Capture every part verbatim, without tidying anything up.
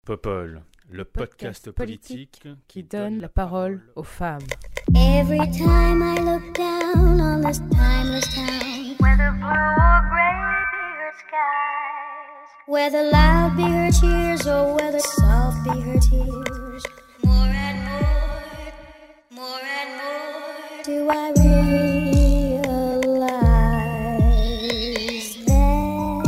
Popol, le podcast, Podcast politique politique qui donne la parole aux femmes. Every time I look down on this timeless town, whether blue or gray be her skies, whether loud be her cheers or whether soft be her tears, more and more, more and more do I realize that,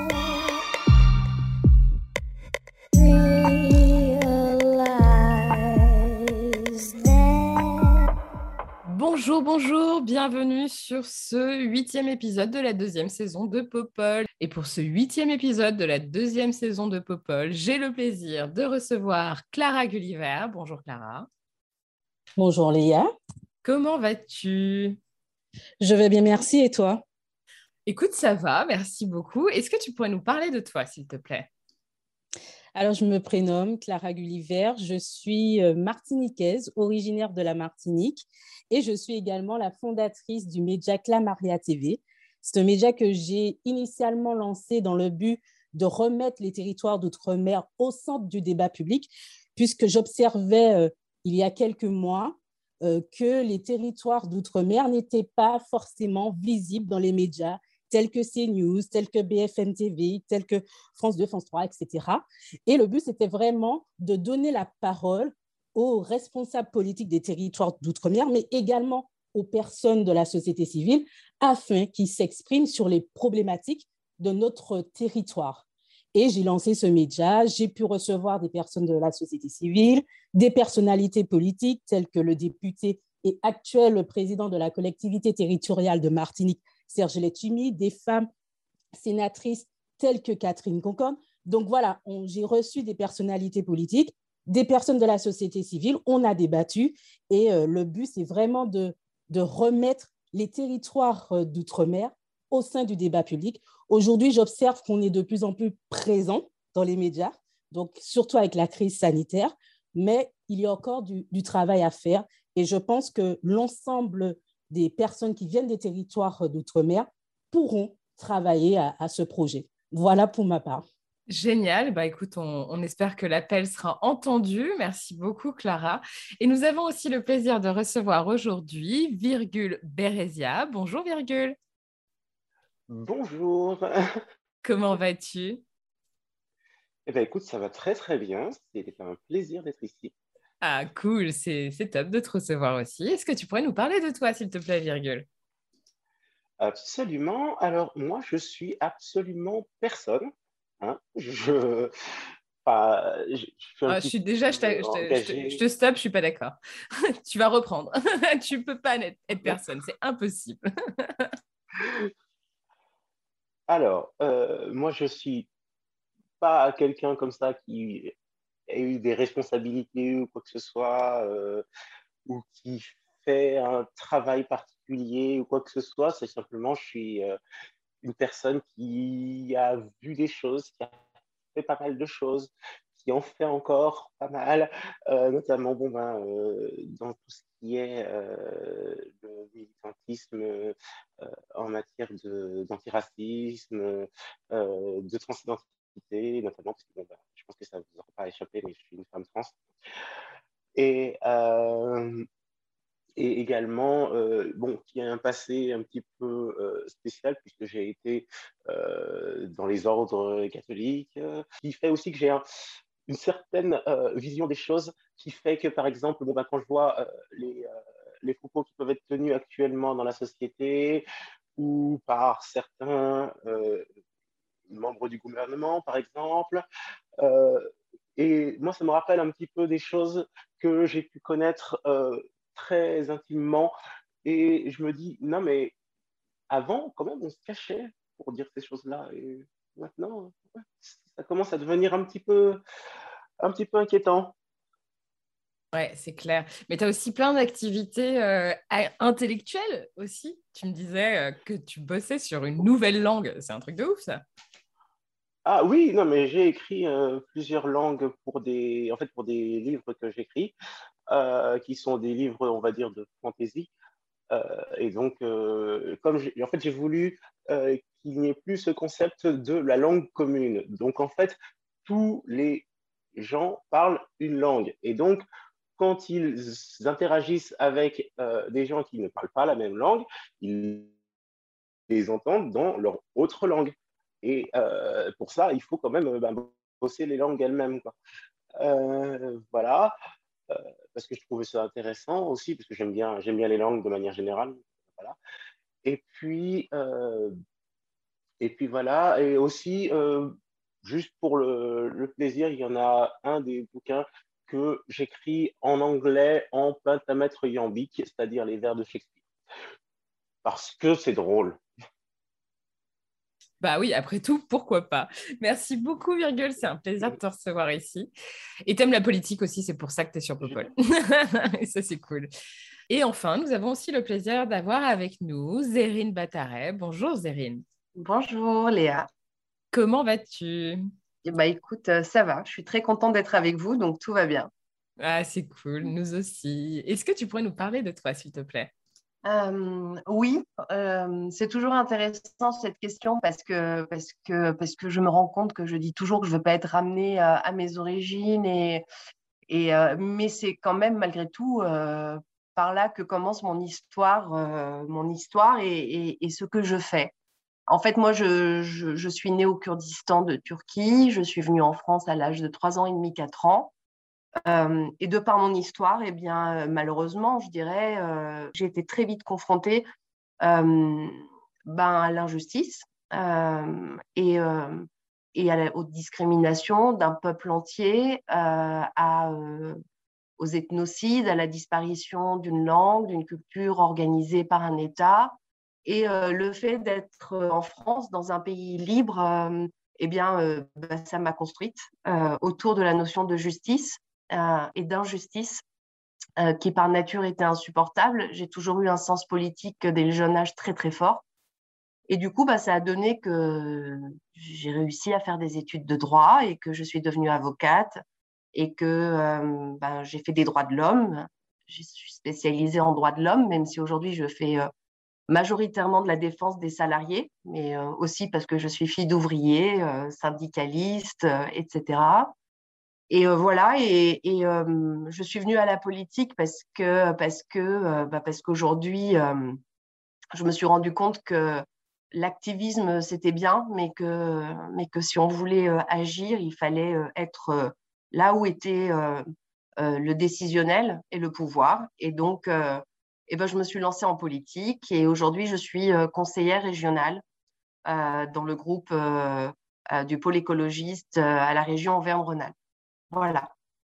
realize that. Bonjour, bonjour, bienvenue sur ce huitième épisode de la deuxième saison de Popol. Et pour ce huitième épisode de la deuxième saison de Popol, j'ai le plaisir de recevoir Clara Gulliver. Bonjour Clara. Bonjour Léa, Comment vas-tu? je vais bien, merci. Et toi? Écoute, ça va, merci beaucoup. Est-ce que tu pourrais nous parler de toi, s'il te plaît? Alors, je me prénomme Clara Gulliver, je suis euh, martiniquaise, originaire de la Martinique, et je suis également la fondatrice du média Clamaria T V. C'est un média que j'ai initialement lancé dans le but de remettre les territoires d'outre-mer au centre du débat public, puisque j'observais euh, il y a quelques mois euh, que les territoires d'outre-mer n'étaient pas forcément visibles dans les médias, tels que CNews, tels que B F M T V, tels que France deux, France trois, et cetera. Et le but, c'était vraiment de donner la parole aux responsables politiques des territoires d'outre-mer, mais également aux personnes de la société civile, afin qu'ils s'expriment sur les problématiques de notre territoire. Et j'ai lancé ce média, j'ai pu recevoir des personnes de la société civile, des personnalités politiques, telles que le député et actuel président de la collectivité territoriale de Martinique, Serge Letchimy, des femmes sénatrices telles que Catherine Concombre. Donc voilà, on, j'ai reçu des personnalités politiques, des personnes de la société civile, on a débattu et euh, le but, c'est vraiment de, de remettre les territoires euh, d'outre-mer au sein du débat public. Aujourd'hui, j'observe qu'on est de plus en plus présent dans les médias, donc surtout avec la crise sanitaire, mais il y a encore du, du travail à faire et je pense que l'ensemble des personnes qui viennent des territoires d'outre-mer pourront travailler à, à ce projet. Voilà pour ma part. Génial, bah écoute, on, on espère que l'appel sera entendu. Merci beaucoup Clara. Et nous avons aussi le plaisir de recevoir aujourd'hui Virgule Bérézia. Bonjour Virgule, Bonjour. comment vas-tu? Eh ben, écoute, ça va très très bien. C'était un plaisir d'être ici. Ah cool, c'est c'est top de te recevoir aussi. Est-ce que tu pourrais nous parler de toi, s'il te plaît, Virgule? Absolument. Alors, moi, je suis absolument personne. Hein. Je, pas, je, je suis un Ah, je petit suis déjà, je, peu t'a- je te, je te- je te engagé. stoppe, je suis pas d'accord. Tu vas reprendre. Tu peux pas être, être personne, c'est impossible. Alors, euh, moi, je suis pas quelqu'un comme ça qui a eu des responsabilités ou quoi que ce soit, euh, ou qui fait un travail particulier ou quoi que ce soit. C'est simplement, je suis euh, une personne qui a vu des choses, qui a fait pas mal de choses, qui en fait encore pas mal, euh, notamment bon, ben, euh, dans tout ce qui est euh, le militantisme euh, en matière de, d'antiracisme, euh, de transidentité, notamment parce que bon, ben, je pense que ça ne vous aura pas échappé, mais je suis une femme trans. Et, euh, et également, euh, bon, qui a un passé un petit peu euh, spécial, puisque j'ai été euh, dans les ordres catholiques, euh, qui fait aussi que j'ai un, une certaine euh, vision des choses, qui fait que, par exemple, bon, ben, quand je vois euh, les, euh, les propos qui peuvent être tenus actuellement dans la société, ou par certains euh, membres du gouvernement, par exemple, euh, et moi, ça me rappelle un petit peu des choses que j'ai pu connaître euh, très intimement. Et je me dis, non, mais avant, quand même, on se cachait pour dire ces choses-là. Et maintenant, ouais, ça commence à devenir un petit peu, un petit peu inquiétant. Ouais, c'est clair. Mais tu as aussi plein d'activités euh, a- intellectuelles aussi. Tu me disais euh, que tu bossais sur une nouvelle langue. C'est un truc de ouf, ça. Ah oui, non, mais j'ai écrit euh, plusieurs langues pour des, en fait, pour des livres que j'écris, euh, qui sont des livres, on va dire, de fantaisie. Euh, et donc, euh, comme j'ai, en fait, j'ai voulu euh, qu'il n'y ait plus ce concept de la langue commune. Donc, en fait, tous les gens parlent une langue. Et donc, quand ils interagissent avec euh, des gens qui ne parlent pas la même langue, ils les entendent dans leur autre langue. Et euh, pour ça, il faut quand même euh, bah, bosser les langues elles-mêmes, quoi. Euh, voilà, euh, parce que je trouvais ça intéressant aussi, parce que j'aime bien, j'aime bien les langues de manière générale. Voilà. Et puis, euh, et puis voilà, et aussi, euh, juste pour le, le plaisir, il y en a un des bouquins que j'écris en anglais en pentamètre iambique, c'est-à-dire les vers de Shakespeare, parce que c'est drôle. Bah oui, après tout, pourquoi pas. Merci beaucoup, Virgule. C'est un plaisir de te recevoir ici. Et t'aimes la politique aussi, c'est pour ça que tu es sur Popol. Et ça, c'est cool. Et enfin, nous avons aussi le plaisir d'avoir avec nous Zérine Bataret. Bonjour, Zérine. Bonjour Léa. Comment vas-tu? Eh ben, écoute, euh, ça va. Je suis très contente d'être avec vous, donc tout va bien. Ah, c'est cool, nous aussi. Est-ce que tu pourrais nous parler de toi, s'il te plaît? Euh, oui, euh, c'est toujours intéressant cette question parce que, parce que, parce que je me rends compte que je dis toujours que je ne veux pas être ramenée à, à mes origines, et, et, euh, mais c'est quand même malgré tout euh, par là que commence mon histoire, euh, mon histoire et, et, et ce que je fais. En fait, moi, je, je, je suis née au Kurdistan de Turquie. Je suis venue en France à l'âge de trois ans et demi, quatre ans. Euh, et de par mon histoire, eh bien, euh, malheureusement, je dirais, euh, j'ai été très vite confrontée euh, ben, à l'injustice euh, et, euh, et à la, aux discriminations d'un peuple entier, euh, à, euh, aux ethnocides, à la disparition d'une langue, d'une culture organisée par un État. Et euh, le fait d'être en France, dans un pays libre, euh, eh bien, euh, ben, ça m'a construite euh, autour de la notion de justice euh, et d'injustice euh, qui par nature était insupportable. J'ai toujours eu un sens politique dès le jeune âge très très fort. Et du coup, bah, ça a donné que j'ai réussi à faire des études de droit et que je suis devenue avocate et que euh, bah, j'ai fait des droits de l'homme. Je suis spécialisée en droits de l'homme, même si aujourd'hui je fais euh, majoritairement de la défense des salariés, mais euh, aussi parce que je suis fille d'ouvrier, euh, syndicaliste, euh, et cetera. Et euh, voilà, et, et euh, je suis venue à la politique parce que parce que euh, bah, parce qu'aujourd'hui, euh, je me suis rendu compte que l'activisme c'était bien, mais que mais que si on voulait euh, agir, il fallait euh, être euh, là où était euh, euh, le décisionnel et le pouvoir. Et donc, euh, eh ben, je me suis lancée en politique et aujourd'hui, je suis euh, conseillère régionale euh, dans le groupe euh, euh, du pôle écologiste euh, à la région Auvergne-Rhône-Alpes. Voilà.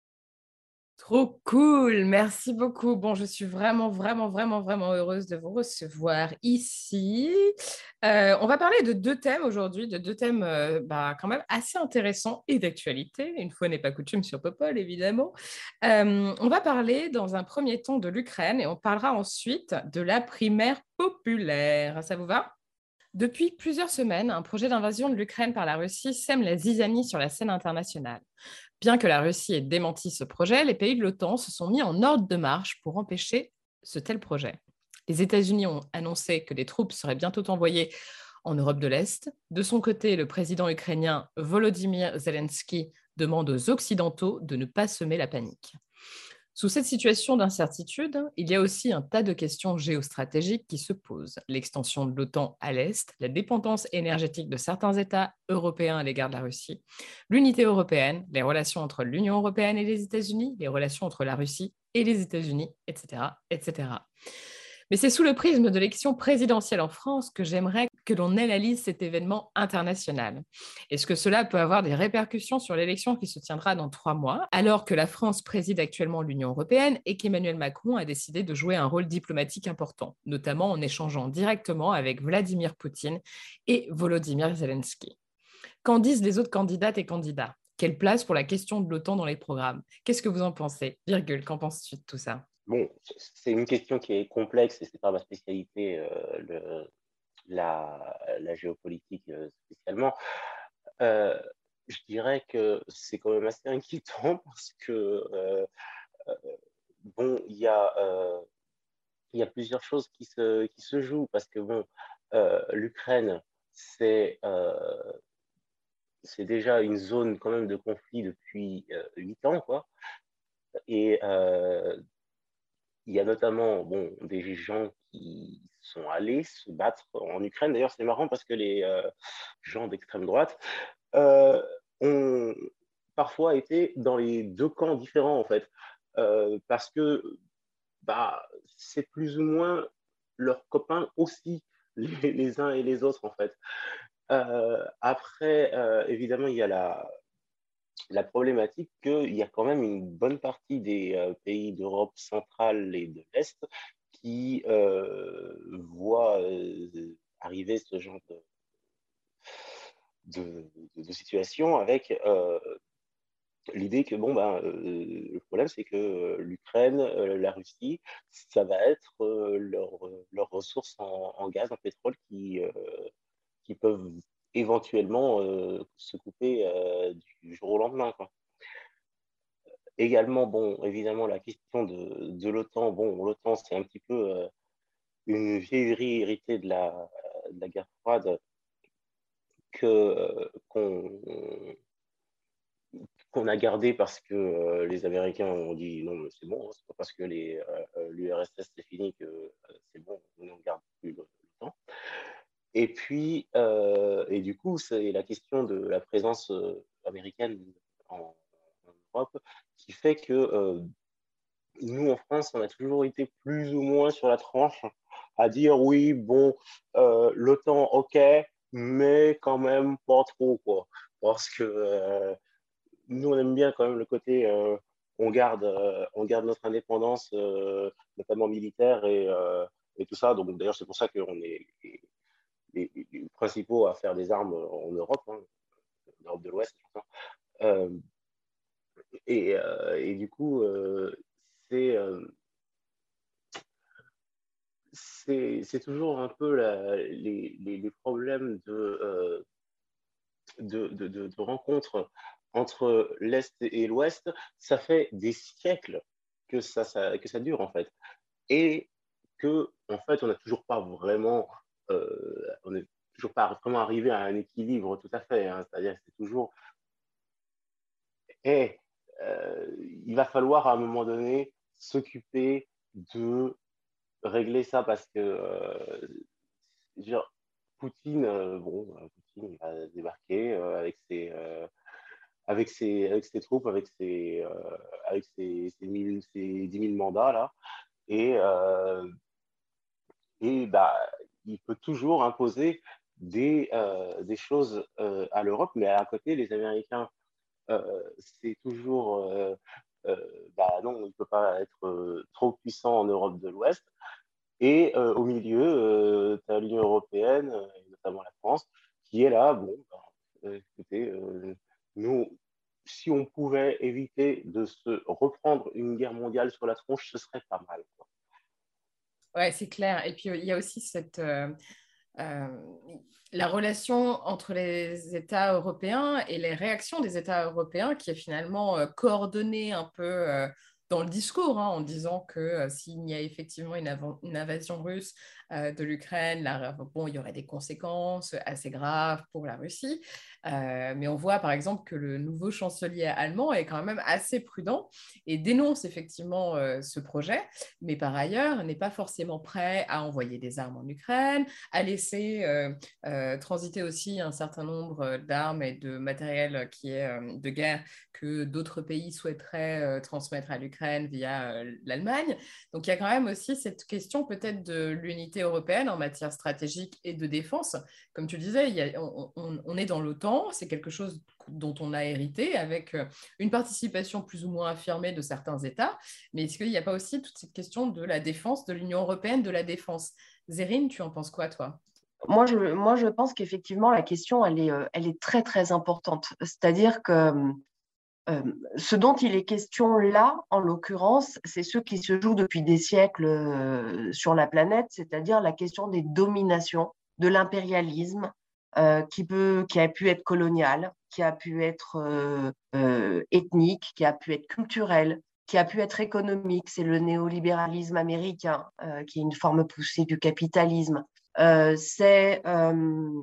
Trop cool, merci beaucoup. Bon, je suis vraiment, vraiment, vraiment, vraiment heureuse de vous recevoir ici. Euh, on va parler de deux thèmes aujourd'hui, de deux thèmes euh, bah, quand même assez intéressants et d'actualité. Une fois n'est pas coutume sur Popol, évidemment. Euh, on va parler dans un premier temps de l'Ukraine et on parlera ensuite de la primaire populaire. Ça vous va? Depuis plusieurs semaines, un projet d'invasion de l'Ukraine par la Russie sème la zizanie sur la scène internationale. Bien que la Russie ait démenti ce projet, les pays de l'OTAN se sont mis en ordre de marche pour empêcher ce tel projet. Les États-Unis ont annoncé que des troupes seraient bientôt envoyées en Europe de l'Est. De son côté, le président ukrainien Volodymyr Zelensky demande aux Occidentaux de ne pas semer la panique. Sous cette situation d'incertitude, il y a aussi un tas de questions géostratégiques qui se posent. L'extension de l'OTAN à l'Est, la dépendance énergétique de certains États européens à l'égard de la Russie, l'unité européenne, les relations entre l'Union européenne et les États-Unis, les relations entre la Russie et les États-Unis, et cetera, et cetera. Mais c'est sous le prisme de l'élection présidentielle en France que j'aimerais que l'on analyse cet événement international. Est-ce que cela peut avoir des répercussions sur l'élection qui se tiendra dans trois mois, alors que la France préside actuellement l'Union européenne et qu'Emmanuel Macron a décidé de jouer un rôle diplomatique important, notamment en échangeant directement avec Vladimir Poutine et Volodymyr Zelensky? Qu'en disent les autres candidates et candidats? Quelle place pour la question de l'OTAN dans les programmes? Qu'est-ce que vous en pensez? Virgule, qu'en penses-tu de tout ça? Bon, c'est une question qui est complexe et c'est pas ma spécialité, euh, le, la, la géopolitique euh, spécialement. Euh, je dirais que c'est quand même assez inquiétant parce que euh, euh, bon, il y a euh, il y a plusieurs choses qui se qui se jouent parce que bon, euh, l'Ukraine c'est euh, c'est déjà une zone quand même de conflit depuis huit ans, quoi. Et euh, il y a notamment bon, des gens qui sont allés se battre en Ukraine. D'ailleurs, c'est marrant parce que les euh, gens d'extrême droite euh, ont parfois été dans les deux camps différents, en fait, euh, parce que bah, c'est plus ou moins leurs copains aussi, les, les uns et les autres, en fait. Euh, après, euh, évidemment, il y a la, la problématique qu'il y a quand même une bonne partie des euh, pays d'Europe centrale et de l'Est qui euh, voient euh, arriver ce genre de, de, de, de situation avec euh, l'idée que bon, ben, euh, le problème, c'est que euh, l'Ukraine, euh, la Russie, ça va être euh, leurs leur ressources en, en, gaz, en pétrole qui, euh, qui peuvent éventuellement euh, se couper euh, du jour au lendemain, quoi. Également, bon, évidemment, la question de, de l'OTAN. Bon, l'OTAN, c'est un petit peu euh, une vieillerie héritée de la, de la guerre froide que, euh, qu'on, qu'on a gardée parce que euh, les Américains ont dit non, mais c'est bon, c'est pas parce que les, euh, l'U R S S c'est fini que euh, c'est bon, on ne garde plus l'OTAN. Et puis, euh, et du coup, c'est la question de la présence euh, américaine en, en Europe qui fait que euh, nous, en France, on a toujours été plus ou moins sur la tranche à dire oui, bon, euh, l'OTAN, ok, mais quand même pas trop, quoi. Parce que euh, nous, on aime bien quand même le côté, euh, on, garde, euh, on garde notre indépendance, euh, notamment militaire et, euh, et tout ça. Donc, d'ailleurs, c'est pour ça qu'on est les, les, les, principaux à faire des armes en Europe, hein, en Europe de l'Ouest. Euh, et, euh, et du coup, euh, c'est. Euh, C'est, c'est toujours un peu la, les, les, les, problèmes de, euh, de, de, de, de rencontres entre l'Est et l'Ouest. Ça fait des siècles que ça, ça, que ça dure, en fait. Et que, en fait, on n'a toujours pas vraiment, euh, on n'est toujours pas vraiment arrivé à un équilibre tout à fait. Hein. C'est-à-dire que c'est toujours, et euh, il va falloir à un moment donné s'occuper de régler ça parce que euh, genre, Poutine, euh, bon, Poutine va débarquer euh, avec ses, euh, avec ses, avec ses troupes, avec ses, euh, avec ses, ses, mille, ses dix mille mandats là, et euh, et bah, il peut toujours imposer des, euh, des choses euh, à l'Europe, mais à côté, les Américains, euh, c'est toujours, euh, euh, bah non, il ne peut pas être euh, trop puissant en Europe de l'Ouest. Et euh, au milieu, euh, tu as l'Union européenne, euh, et notamment la France, qui est là, bon, bah, euh, écoutez, euh, nous, si on pouvait éviter de se reprendre une guerre mondiale sur la tronche, ce serait pas mal, quoi. Ouais, c'est clair. Et puis, il y a aussi cette, euh, euh, la relation entre les États européens et les réactions des États européens qui est finalement euh, coordonnée un peu euh, dans le discours, hein, en disant que euh, s'il y a effectivement une, av- une invasion russe euh, de l'Ukraine, là, bon, il y aurait des conséquences assez graves pour la Russie. Euh, mais on voit par exemple que le nouveau chancelier allemand est quand même assez prudent et dénonce effectivement euh, ce projet, mais par ailleurs n'est pas forcément prêt à envoyer des armes en Ukraine, à laisser euh, euh, transiter aussi un certain nombre d'armes et de matériel qui est euh, de guerre que d'autres pays souhaiteraient euh, transmettre à l'Ukraine via euh, l'Allemagne. Donc il y a quand même aussi cette question peut-être de l'unité européenne en matière stratégique et de défense. Comme tu disais, il y a, on, on, on est dans l'OTAN, c'est quelque chose dont on a hérité avec une participation plus ou moins affirmée de certains États, mais est-ce qu'il n'y a pas aussi toute cette question de la défense, de l'Union européenne, de la défense? Zérine, tu en penses quoi, toi? Moi je, moi, je pense qu'effectivement, la question, elle est, elle est très, très importante. C'est-à-dire que euh, ce dont il est question là, en l'occurrence, c'est ce qui se joue depuis des siècles euh, sur la planète, c'est-à-dire la question des dominations, de l'impérialisme, euh, qui peut, qui a pu être colonial, qui a pu être euh, euh, ethnique, qui a pu être culturel, qui a pu être économique. C'est le néolibéralisme américain, euh, qui est une forme poussée du capitalisme. Euh, c'est euh,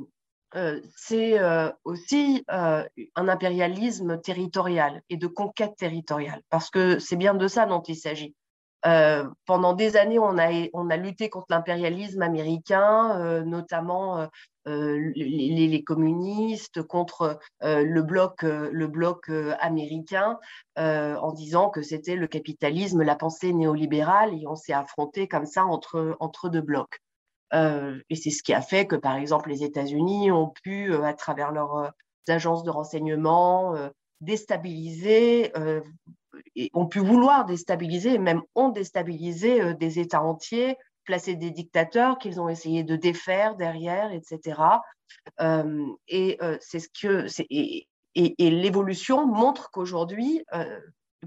euh, c'est euh, aussi euh, un impérialisme territorial et de conquête territoriale, parce que c'est bien de ça dont il s'agit. Euh, pendant des années, on a, on a lutté contre l'impérialisme américain, euh, notamment euh, euh, les, les, communistes, contre euh, le bloc, euh, le bloc euh, américain, euh, en disant que c'était le capitalisme, la pensée néolibérale, et on s'est affronté comme ça entre, entre deux blocs. Euh, et c'est ce qui a fait que, par exemple, les États-Unis ont pu, euh, à travers leurs euh, agences de renseignement, euh, déstabiliser, euh, et ont pu vouloir déstabiliser, et même ont déstabilisé euh, des États entiers, placer des dictateurs qu'ils ont essayé de défaire derrière, et cetera. Euh, et euh, c'est ce que c'est, et, et, et l'évolution montre qu'aujourd'hui, euh,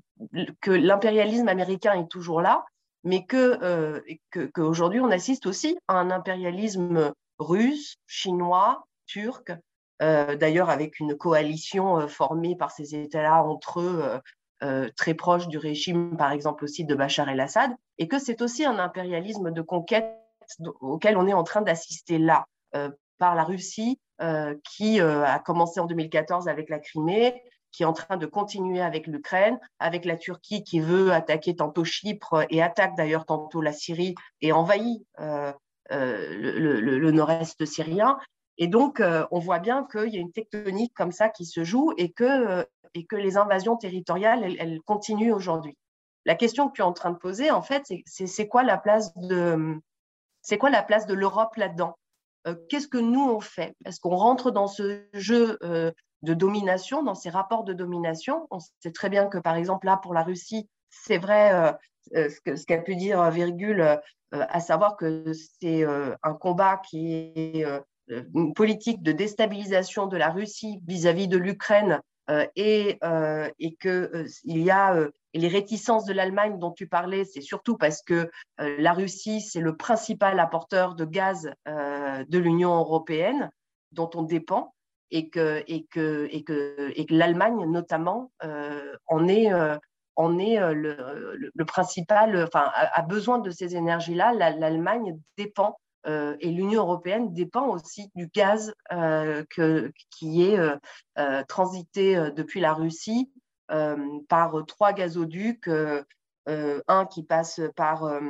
que l'impérialisme américain est toujours là, mais que, euh, que, qu'aujourd'hui, on assiste aussi à un impérialisme russe, chinois, turc, euh, d'ailleurs avec une coalition euh, formée par ces États-là entre eux, euh, euh, très proches du régime, par exemple aussi de Bachar el-Assad, et que c'est aussi un impérialisme de conquête auquel on est en train d'assister là, euh, par la Russie, euh, qui euh, a commencé en deux mille quatorze avec la Crimée, qui est en train de continuer avec l'Ukraine, avec la Turquie qui veut attaquer tantôt Chypre et attaque d'ailleurs tantôt la Syrie et envahit euh, euh, le, le, le nord-est syrien. Et donc, euh, on voit bien qu'il y a une tectonique comme ça qui se joue et que, euh, et que les invasions territoriales, elles, elles continuent aujourd'hui. La question que tu es en train de poser, en fait, c'est, c'est, c'est quoi la place de, c'est quoi la place de l'Europe là-dedans? Euh, qu'est-ce que nous, on fait? Est-ce qu'on rentre dans ce jeu euh, de domination, dans ces rapports de domination? On sait très bien que, par exemple, là, pour la Russie, c'est vrai euh, euh, ce, que, ce qu'a pu dire Virgule, euh, à savoir que c'est euh, un combat qui est euh, une politique de déstabilisation de la Russie vis-à-vis de l'Ukraine euh, et, euh, et qu'il euh, y a euh, les réticences de l'Allemagne dont tu parlais, c'est surtout parce que euh, la Russie, c'est le principal apporteur de gaz euh, de l'Union européenne dont on dépend et que, et que, et que, et que l'Allemagne, notamment, euh, en est, euh, en est euh, le, le, le principal, enfin, a, a besoin de ces énergies-là. La, L'Allemagne dépend euh, et l'Union européenne dépend aussi du gaz euh, que, qui est euh, euh, transité euh, depuis la Russie euh, par trois gazoducs, euh, euh, un qui passe par euh,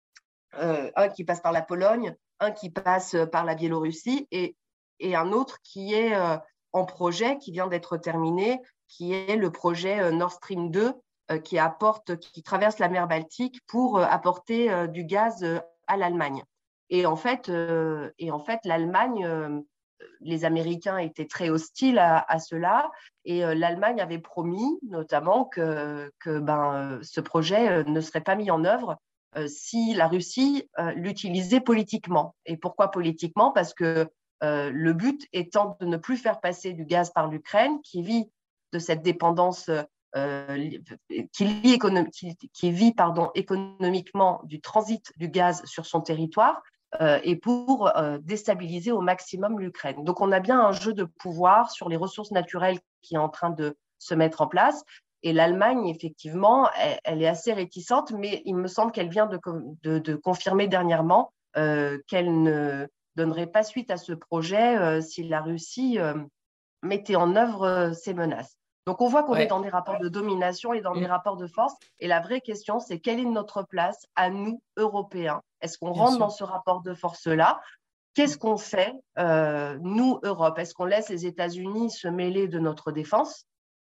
euh, un qui passe par la Pologne, un qui passe par la Biélorussie et, et un autre qui est euh, en projet, qui vient d'être terminé, qui est le projet euh, Nord Stream deux, euh, qui apporte, qui traverse la mer Baltique pour euh, apporter euh, du gaz euh, à l'Allemagne. Et en fait, euh, et en fait, l'Allemagne, euh, les Américains étaient très hostiles à, à cela, et euh, l'Allemagne avait promis, notamment, que, que ben, ce projet euh, ne serait pas mis en œuvre euh, si la Russie euh, l'utilisait politiquement. Et pourquoi politiquement? Parce que euh, le but étant de ne plus faire passer du gaz par l'Ukraine, qui vit de cette dépendance, euh, qui, lie qui, qui vit pardon, économiquement du transit du gaz sur son territoire, euh, et pour euh, déstabiliser au maximum l'Ukraine. Donc on a bien un jeu de pouvoir sur les ressources naturelles qui est en train de se mettre en place. Et l'Allemagne, effectivement, elle, elle est assez réticente, mais il me semble qu'elle vient de, de, de confirmer dernièrement euh, qu'elle ne donnerait pas suite à ce projet euh, si la Russie euh, mettait en œuvre euh, ces menaces. Donc on voit qu'on ouais. est dans des rapports de domination et dans mmh. des rapports de force. Et la vraie question, c'est quelle est notre place à nous, Européens? Est-ce qu'on Bien rentre sûr. dans ce rapport de force-là? Qu'est-ce qu'on fait, euh, nous, Europe? Est-ce qu'on laisse les États-Unis se mêler de notre défense,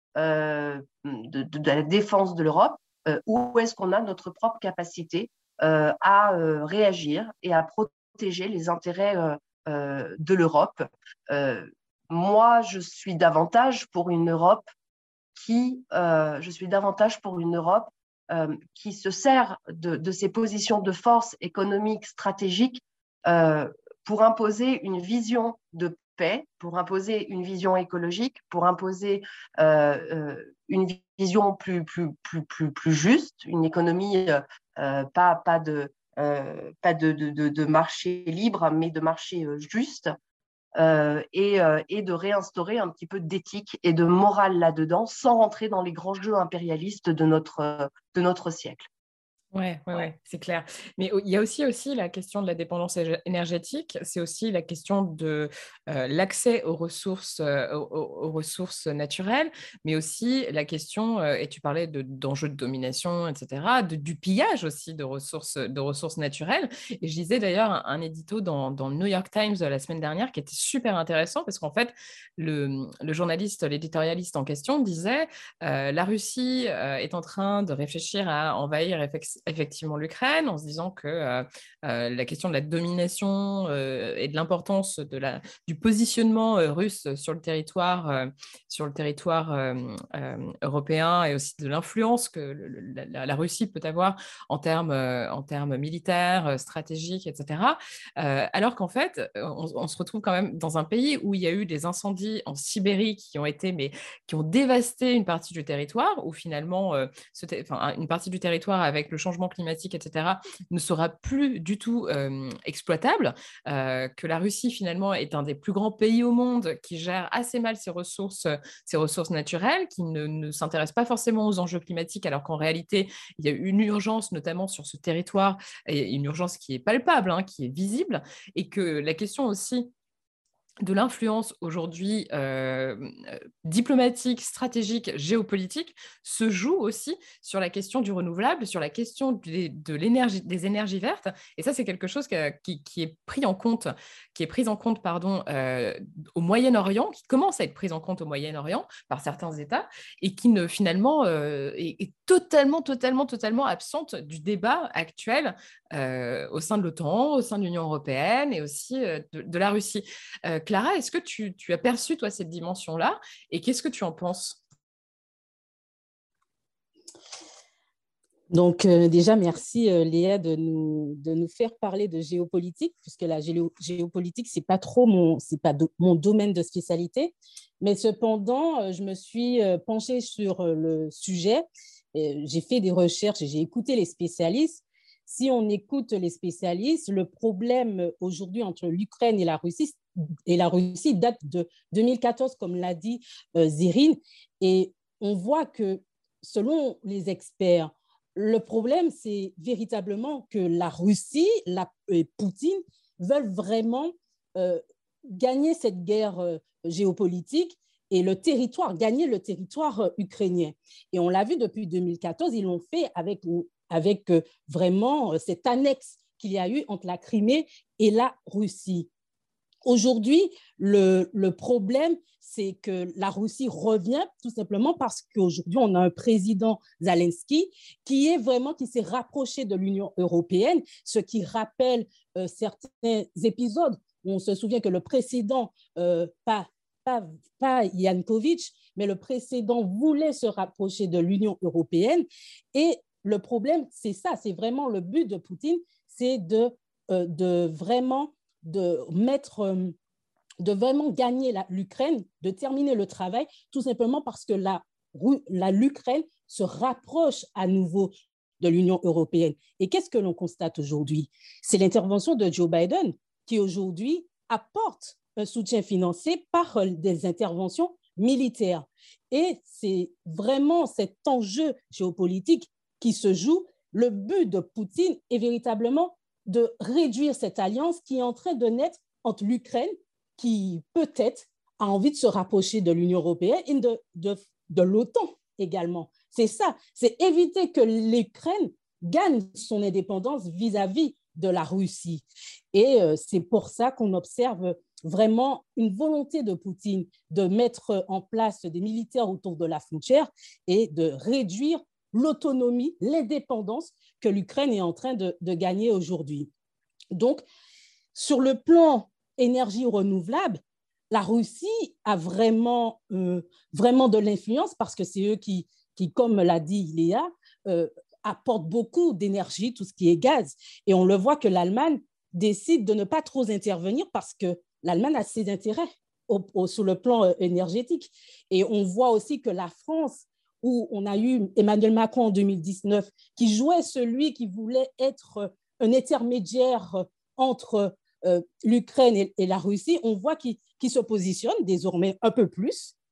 euh, de, de, de la défense de l'Europe, euh, ou est-ce qu'on a notre propre capacité euh, à euh, réagir et à protéger les intérêts euh, euh, de l'Europe? euh, Moi, je suis davantage pour une Europe qui, euh, je suis davantage pour une Europe euh, qui se sert de, de ses positions de force économique, stratégique, euh, pour imposer une vision de paix, pour imposer une vision écologique, pour imposer euh, euh, une vision plus, plus, plus, plus, plus juste, une économie euh, pas, pas, de, euh, pas de, de, de marché libre, mais de marché euh, juste. Euh, et, euh, et de réinstaurer un petit peu d'éthique et de morale là-dedans, sans rentrer dans les grands jeux impérialistes de notre, de notre siècle. Ouais, ouais, ouais, c'est clair. Mais il y a aussi, aussi la question de la dépendance ége- énergétique. C'est aussi la question de euh, l'accès aux ressources, euh, aux, aux- aux ressources naturelles, mais aussi la question, euh, et tu parlais de, d'enjeux de domination, et cetera, de- du pillage aussi de ressources, de ressources naturelles. Et je lisais d'ailleurs un, un édito dans, dans le New York Times euh, la semaine dernière qui était super intéressant parce qu'en fait, le, le journaliste, l'éditorialiste en question disait euh, la Russie euh, est en train de réfléchir à envahir effec- effectivement l'Ukraine en se disant que euh, euh, la question de la domination euh, et de l'importance de la, du positionnement euh, russe sur le territoire, euh, sur le territoire euh, euh, européen et aussi de l'influence que le- le- la, la Russie peut avoir en termes, euh, en termes militaires, euh, stratégiques, et cetera. Euh, alors qu'en fait, on, on se retrouve quand même dans un pays où il y a eu des incendies en Sibérie qui ont été mais qui ont dévasté une partie du territoire, où finalement, euh, ce te- enfin, une partie du territoire avec le changement climatique, et cetera, ne sera plus du tout euh, exploitable, euh, que la Russie finalement est un des plus grands pays au monde qui gère assez mal ses ressources, ses ressources naturelles, qui ne, ne s'intéresse pas forcément aux enjeux climatiques, alors qu'en réalité, il y a une urgence notamment sur ce territoire, et une urgence qui est palpable, hein, qui est visible, et que la question aussi de l'influence aujourd'hui euh, euh, diplomatique, stratégique, géopolitique se joue aussi sur la question du renouvelable, sur la question du- de l'énergie, des énergies vertes. Et ça, c'est quelque chose que- qui, qui est pris en compte, qui est pris en compte, pardon, euh, au Moyen-Orient, qui commence à être pris en compte au Moyen-Orient par certains États et qui ne finalement euh, est, est totalement, totalement, totalement absente du débat actuel euh, au sein de l'OTAN, au sein de l'Union européenne et aussi euh, de, de la Russie. Euh, Clara, est-ce que tu, tu as perçu, toi, cette dimension-là et qu'est-ce que tu en penses? Donc, euh, déjà, merci euh, Léa de nous, de nous faire parler de géopolitique, puisque la géo- géopolitique, ce n'est pas trop mon, c'est pas do- mon domaine de spécialité. Mais cependant, euh, je me suis euh, penchée sur euh, le sujet. Euh, j'ai fait des recherches et j'ai écouté les spécialistes. Si on écoute les spécialistes, le problème euh, aujourd'hui entre l'Ukraine et la Russie, et la Russie date de deux mille quatorze, comme l'a dit euh, Zérine. Et on voit que, selon les experts, le problème, c'est véritablement que la Russie la, et Poutine veulent vraiment euh, gagner cette guerre euh, géopolitique et le territoire, gagner le territoire euh, ukrainien. Et on l'a vu depuis deux mille quatorze, ils l'ont fait avec, avec euh, vraiment euh, cette annexe qu'il y a eu entre la Crimée et la Russie. Aujourd'hui, le, le problème, c'est que la Russie revient tout simplement parce qu'aujourd'hui, on a un président Zelensky qui est vraiment, qui s'est rapproché de l'Union européenne, ce qui rappelle euh, certains épisodes. On se souvient que le précédent, euh, pas, pas, pas Yanukovych, mais le précédent voulait se rapprocher de l'Union européenne. Et le problème, c'est ça, c'est vraiment le but de Poutine, c'est de, euh, de vraiment de mettre, euh, de vraiment gagner la, l'Ukraine, de terminer le travail, tout simplement parce que la, la, l'Ukraine se rapproche à nouveau de l'Union européenne. Et qu'est-ce que l'on constate aujourd'hui? C'est l'intervention de Joe Biden qui aujourd'hui apporte un soutien financier par des interventions militaires. Et c'est vraiment cet enjeu géopolitique qui se joue. Le but de Poutine est véritablement de réduire cette alliance qui est en train de naître entre l'Ukraine, qui peut-être a envie de se rapprocher de l'Union européenne et de, de, de l'OTAN également. C'est ça, c'est éviter que l'Ukraine gagne son indépendance vis-à-vis de la Russie. Et euh, c'est pour ça qu'on observe vraiment une volonté de Poutine de mettre en place des militaires autour de la frontière et de réduire l'autonomie, l'indépendance que l'Ukraine est en train de, de gagner aujourd'hui. Donc, sur le plan énergie renouvelable, la Russie a vraiment, euh, vraiment de l'influence parce que c'est eux qui, qui comme l'a dit Léa, euh, apportent beaucoup d'énergie, tout ce qui est gaz. Et on le voit que l'Allemagne décide de ne pas trop intervenir parce que l'Allemagne a ses intérêts au, au, sur le plan euh, énergétique. Et on voit aussi que la France, où on a eu Emmanuel Macron en deux mille dix-neuf, qui jouait celui qui voulait être un intermédiaire entre euh, l'Ukraine et, et la Russie, on voit qu'il, qu'il se positionne désormais un peu plus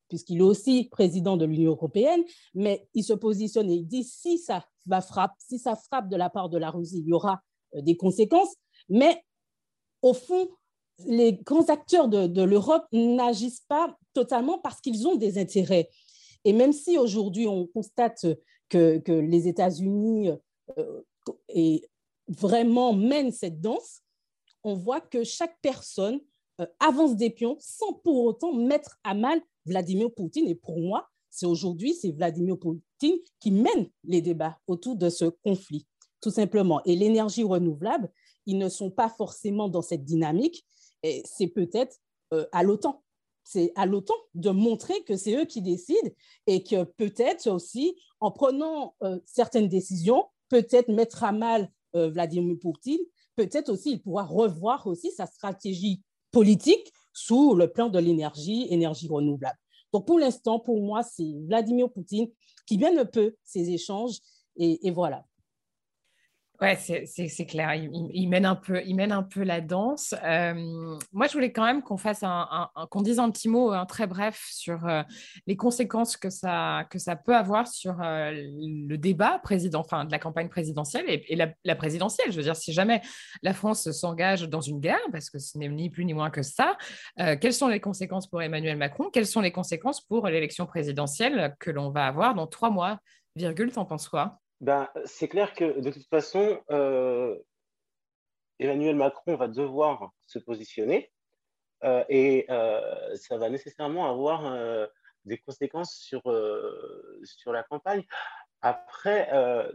puisqu'il est aussi président de l'Union européenne, mais il se positionne et il dit si ça, va frappe, si ça frappe de la part de la Russie, il y aura euh, des conséquences. Mais au fond, les grands acteurs de, de l'Europe n'agissent pas totalement parce qu'ils ont des intérêts. Et même si aujourd'hui on constate que, que les États-Unis euh, et vraiment mènent cette danse, on voit que chaque personne euh, avance des pions sans pour autant mettre à mal Vladimir Poutine. Et pour moi, c'est aujourd'hui, c'est Vladimir Poutine qui mène les débats autour de ce conflit, tout simplement. Et l'énergie renouvelable, ils ne sont pas forcément dans cette dynamique. Et c'est peut-être euh, à l'OTAN. C'est à l'OTAN de montrer que c'est eux qui décident et que peut-être aussi, en prenant euh, certaines décisions, peut-être mettre à mal euh, Vladimir Poutine, peut-être aussi il pourra revoir aussi sa stratégie politique sous le plan de l'énergie, énergie renouvelable. Donc pour l'instant, pour moi, c'est Vladimir Poutine qui mène un peu ces échanges et, et voilà. Ouais, c'est, c'est, c'est clair. Il, il, il mène un peu, il mène un peu la danse. Euh, moi, je voulais quand même qu'on fasse un, un, un- qu'on dise un petit mot, un très bref, sur euh, les conséquences que ça, que ça peut avoir sur euh, le débat président, enfin, de la campagne présidentielle et, et la, la présidentielle. Je veux dire, si jamais la France s'engage dans une guerre, parce que ce n'est ni plus ni moins que ça, euh, quelles sont les conséquences pour Emmanuel Macron? Quelles sont les conséquences pour l'élection présidentielle que l'on va avoir dans trois mois? Virgule, t'en penses quoi? Ben, c'est clair que de toute façon, euh, Emmanuel Macron va devoir se positionner euh, et euh, ça va nécessairement avoir euh, des conséquences sur, euh, sur la campagne. Après, euh,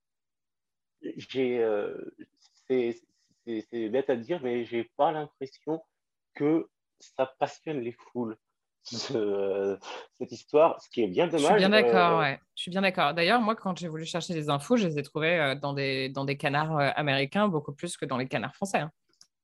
j'ai, euh, c'est, c'est, c'est bête à dire, mais j'ai pas l'impression que ça passionne les foules, ce- cette histoire, ce qui est bien Je suis bien dommage. d'accord, Euh, ouais. Je suis bien d'accord. D'ailleurs, moi, quand j'ai voulu chercher des infos, je les ai trouvées euh, dans des, dans des canards euh, américains beaucoup plus que dans les canards français, hein.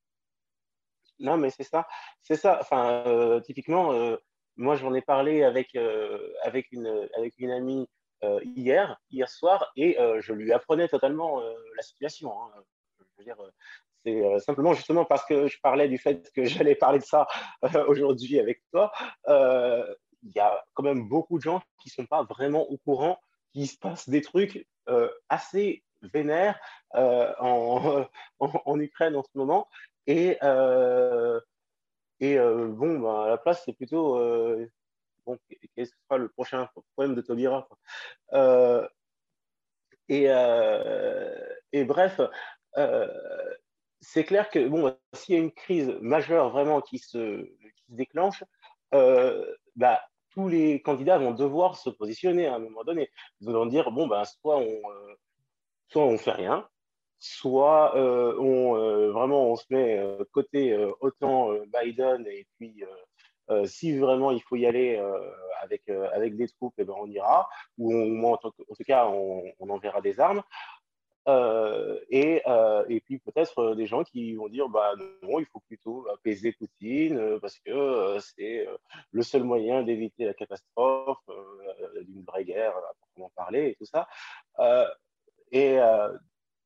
non, mais c'est ça, c'est ça. Enfin, euh, typiquement, euh, moi, j'en ai parlé avec, euh, avec, une, avec une amie euh, hier, hier soir, et euh, je lui apprenais totalement euh, la situation, hein. Je veux dire, euh, c'est euh, simplement justement parce que je parlais du fait que j'allais parler de ça euh, aujourd'hui avec toi. euh, Il y a quand même beaucoup de gens qui ne sont pas vraiment au courant qu'il se passe des trucs euh, assez vénères euh, en, en, en Ukraine en ce moment. Et, euh, et euh, bon, ben, à la place, c'est plutôt euh, bon, qu'est-ce que sera le prochain problème de Taubira, quoi. Euh, et, euh, et bref, euh, c'est clair que bon, s'il y a une crise majeure vraiment qui se, qui se déclenche, euh, bah, tous les candidats vont devoir se positionner à un moment donné. Ils vont dire bon, ben, soit on, euh, soit on fait rien, soit euh, on, euh, vraiment on se met euh, côté euh, OTAN, euh, Biden, et puis euh, euh, si vraiment il faut y aller euh, avec, euh, avec des troupes, eh ben, on ira, ou on, en, tout, en tout cas on, on enverra des armes. Euh, et, euh, et puis peut-être euh, des gens qui vont dire bah non, il faut plutôt apaiser Poutine euh, parce que euh, c'est euh, le seul moyen d'éviter la catastrophe euh, d'une vraie guerre à proprement parler et tout ça. Euh, et, euh,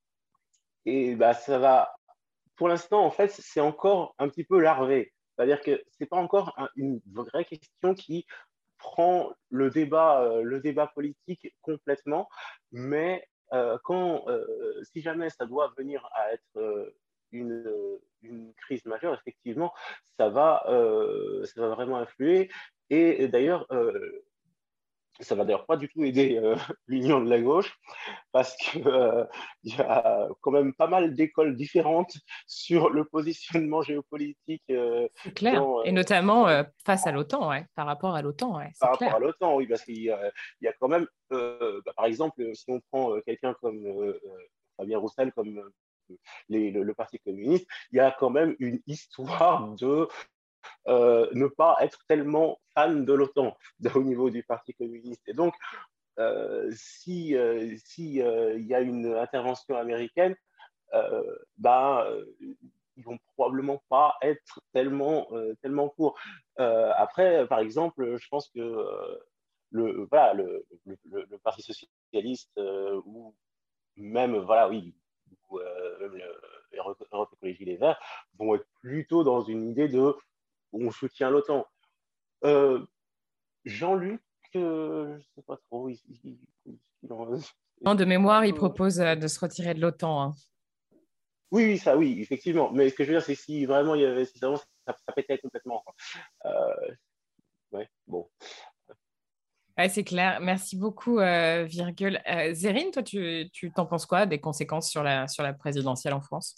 et bah, ça va, pour l'instant, en fait, c'est encore un petit peu larvé. C'est-à-dire que c'est pas encore un, une vraie question qui prend le débat, euh, le débat politique complètement, mais euh, quand, euh, si jamais ça doit venir à être euh, une, une, crise majeure, effectivement, ça va, euh, ça va vraiment influer. Et, et d'ailleurs, euh, ça va d'ailleurs pas du tout aider euh, l'union de la gauche parce qu'il euh, y a quand même pas mal d'écoles différentes sur le positionnement géopolitique euh, C'est clair. dans, Et euh, notamment dans, euh, face à l'OTAN, ouais, par rapport à l'OTAN, ouais, c'est par rapport clair. à l'OTAN, oui, parce qu'il y a, il y a quand même, euh, bah, par exemple, si on prend euh, quelqu'un comme euh, Fabien Roussel, comme euh, les, le, le Parti communiste, il y a quand même une histoire de euh, ne pas être tellement fan de l'OTAN au niveau du Parti communiste. Et donc, euh, si euh, si, euh, il y a une intervention américaine, euh, ben, euh, ils vont probablement pas être tellement euh, tellement pour. Euh, après, par exemple, je pense que euh, le voilà le, le, le, le Parti socialiste euh, ou même voilà oui ou euh, même Europe Écologie Les Verts vont être plutôt dans une idée de on soutient l'OTAN. Euh, Jean-Luc, euh, je ne sais pas trop. Il, il, il, il, Non, de mémoire, il propose euh, de se retirer de l'OTAN. Hein. Oui, oui, ça, oui, effectivement. Mais ce que je veux dire, c'est si vraiment il y avait, si vraiment ça, ça pétait complètement. Euh, ouais, bon. Ouais, c'est clair. Merci beaucoup, euh, Virgule. Euh, Zérine, toi, tu, tu t'en penses quoi des conséquences sur la, sur la présidentielle en France?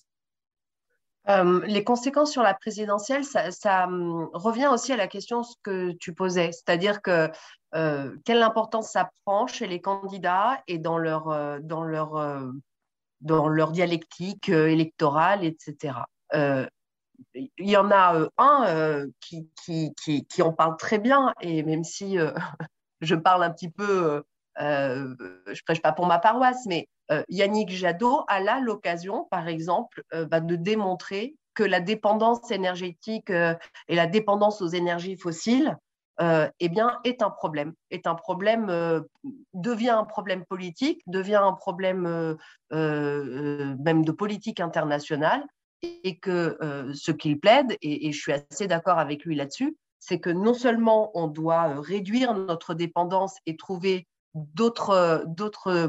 Euh, les conséquences sur la présidentielle, ça, ça hum, revient aussi à la question que tu posais, c'est-à-dire que euh, quelle importance ça prend chez les candidats et dans leur, euh, dans leur, euh, dans leur dialectique euh, électorale, et cetera. Euh, Il y en a euh, un euh, qui, qui, qui, qui en parle très bien, et même si euh, je parle un petit peu, euh, je prêche pas pour ma paroisse, mais euh, Yannick Jadot a là l'occasion, par exemple, euh, bah, de démontrer que la dépendance énergétique euh, et la dépendance aux énergies fossiles, euh, eh bien, est un problème, est un problème, euh, devient un problème politique, devient un problème euh, euh, même de politique internationale, et que euh, ce qu'il plaide, et, et je suis assez d'accord avec lui là-dessus, c'est que non seulement on doit réduire notre dépendance et trouver d'autres, d'autres,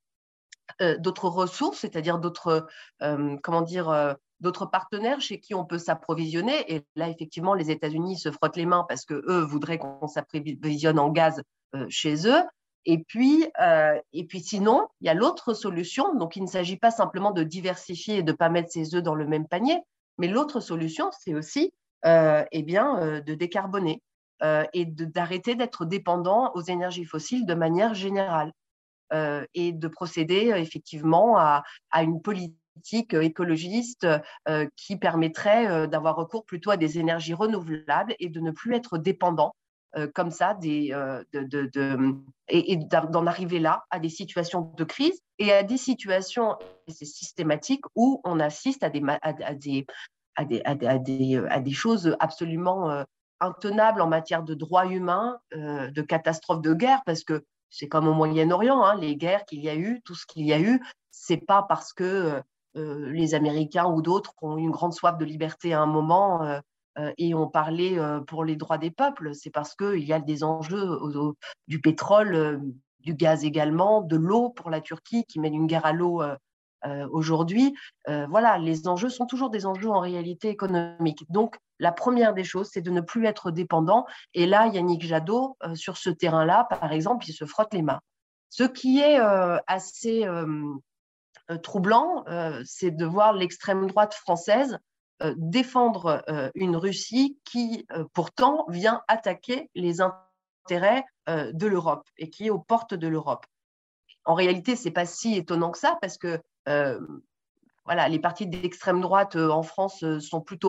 euh, d'autres ressources, c'est-à-dire d'autres, euh, comment dire, euh, d'autres partenaires chez qui on peut s'approvisionner. Et là, effectivement, les États-Unis se frottent les mains parce que eux voudraient qu'on s'approvisionne en gaz euh, chez eux. Et puis, euh, et puis sinon, il y a l'autre solution. Donc, il ne s'agit pas simplement de diversifier et de ne pas mettre ses œufs dans le même panier, mais l'autre solution, c'est aussi euh, eh bien, euh, de décarboner euh, et de, d'arrêter d'être dépendant aux énergies fossiles de manière générale euh, et de procéder euh, effectivement à, à une politique écologiste euh, qui permettrait euh, d'avoir recours plutôt à des énergies renouvelables et de ne plus être dépendant euh, comme ça des, euh, de, de, de, et, et d'en arriver là à des situations de crise et à des situations, et c'est systématique, où on assiste à des, à, à des, à des, à des, à des, à des choses absolument euh, intenables en matière de droits humains, euh, de catastrophes de guerre, parce que c'est comme au Moyen-Orient, hein, les guerres qu'il y a eu, tout ce qu'il y a eu, c'est pas parce que euh, les Américains ou d'autres ont eu une grande soif de liberté à un moment euh, euh, et ont parlé euh, pour les droits des peuples, c'est parce qu'il y a des enjeux au, au, du pétrole, euh, du gaz également, de l'eau pour la Turquie qui mène une guerre à l'eau euh, euh, aujourd'hui. Euh, voilà, les enjeux sont toujours des enjeux en réalité économiques. Donc, la première des choses, c'est de ne plus être dépendant. Et là, Yannick Jadot, euh, sur ce terrain-là, par exemple, il se frotte les mains. Ce qui est euh, assez euh, troublant, euh, c'est de voir l'extrême droite française euh, défendre euh, une Russie qui, euh, pourtant, vient attaquer les intérêts euh, de l'Europe et qui est aux portes de l'Europe. En réalité, ce n'est pas si étonnant que ça, parce que euh, voilà, les partis d'extrême droite euh, en France euh, sont plutôt...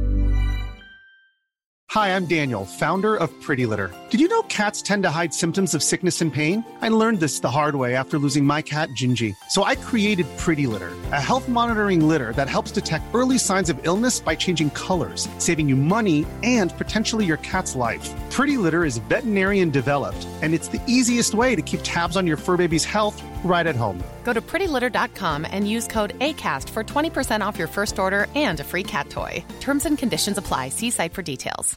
Hi, I'm Daniel, founder of Pretty Litter. Did you know cats tend to hide symptoms of sickness and pain? I learned this the hard way after losing my cat, Gingy. So I created Pretty Litter, a health monitoring litter that helps detect early signs of illness by changing colors, saving you money and potentially your cat's life. Pretty Litter is veterinarian developed, and it's the easiest way to keep tabs on your fur baby's health right at home. Go to pretty litter dot com and use code ACAST for twenty percent off your first order and a free cat toy. Terms and conditions apply. See site for details.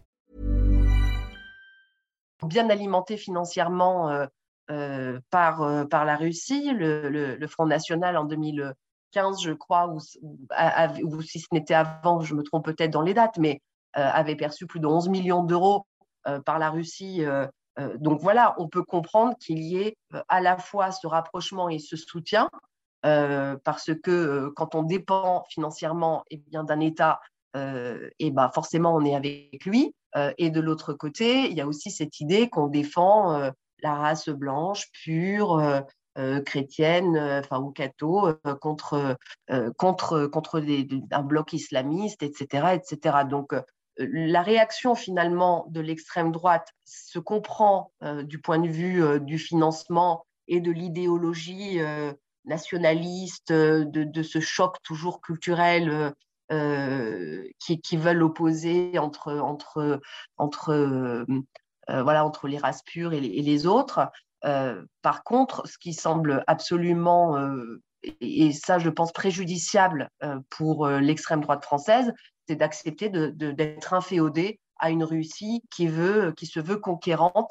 Bien alimenté financièrement euh, euh, par, euh, par la Russie. Le, le, le Front National en deux mille quinze, je crois, ou, ou, ou si ce n'était avant, je me trompe peut-être dans les dates, mais euh, avait perçu plus de onze millions d'euros euh, par la Russie. Euh, euh, donc voilà, on peut comprendre qu'il y ait euh, à la fois ce rapprochement et ce soutien, euh, parce que euh, quand on dépend financièrement eh bien, d'un État, euh, et ben forcément on est avec lui. Euh, et de l'autre côté, il y a aussi cette idée qu'on défend euh, la race blanche, pure, euh, euh, chrétienne, euh, enfin ou catho, euh, contre euh, contre contre des, un bloc islamiste, et cetera, et cetera. Donc euh, la réaction finalement de l'extrême droite se comprend euh, du point de vue euh, du financement et de l'idéologie euh, nationaliste, euh, de, de ce choc toujours culturel. Euh, Euh, qui, qui veulent opposer entre, entre, entre, euh, euh, voilà, entre les races pures et les, et les autres. Euh, par contre, ce qui semble absolument, euh, et, et ça je pense préjudiciable euh, pour euh, l'extrême droite française, c'est d'accepter de, de, d'être inféodé à une Russie qui, veut, qui se veut conquérante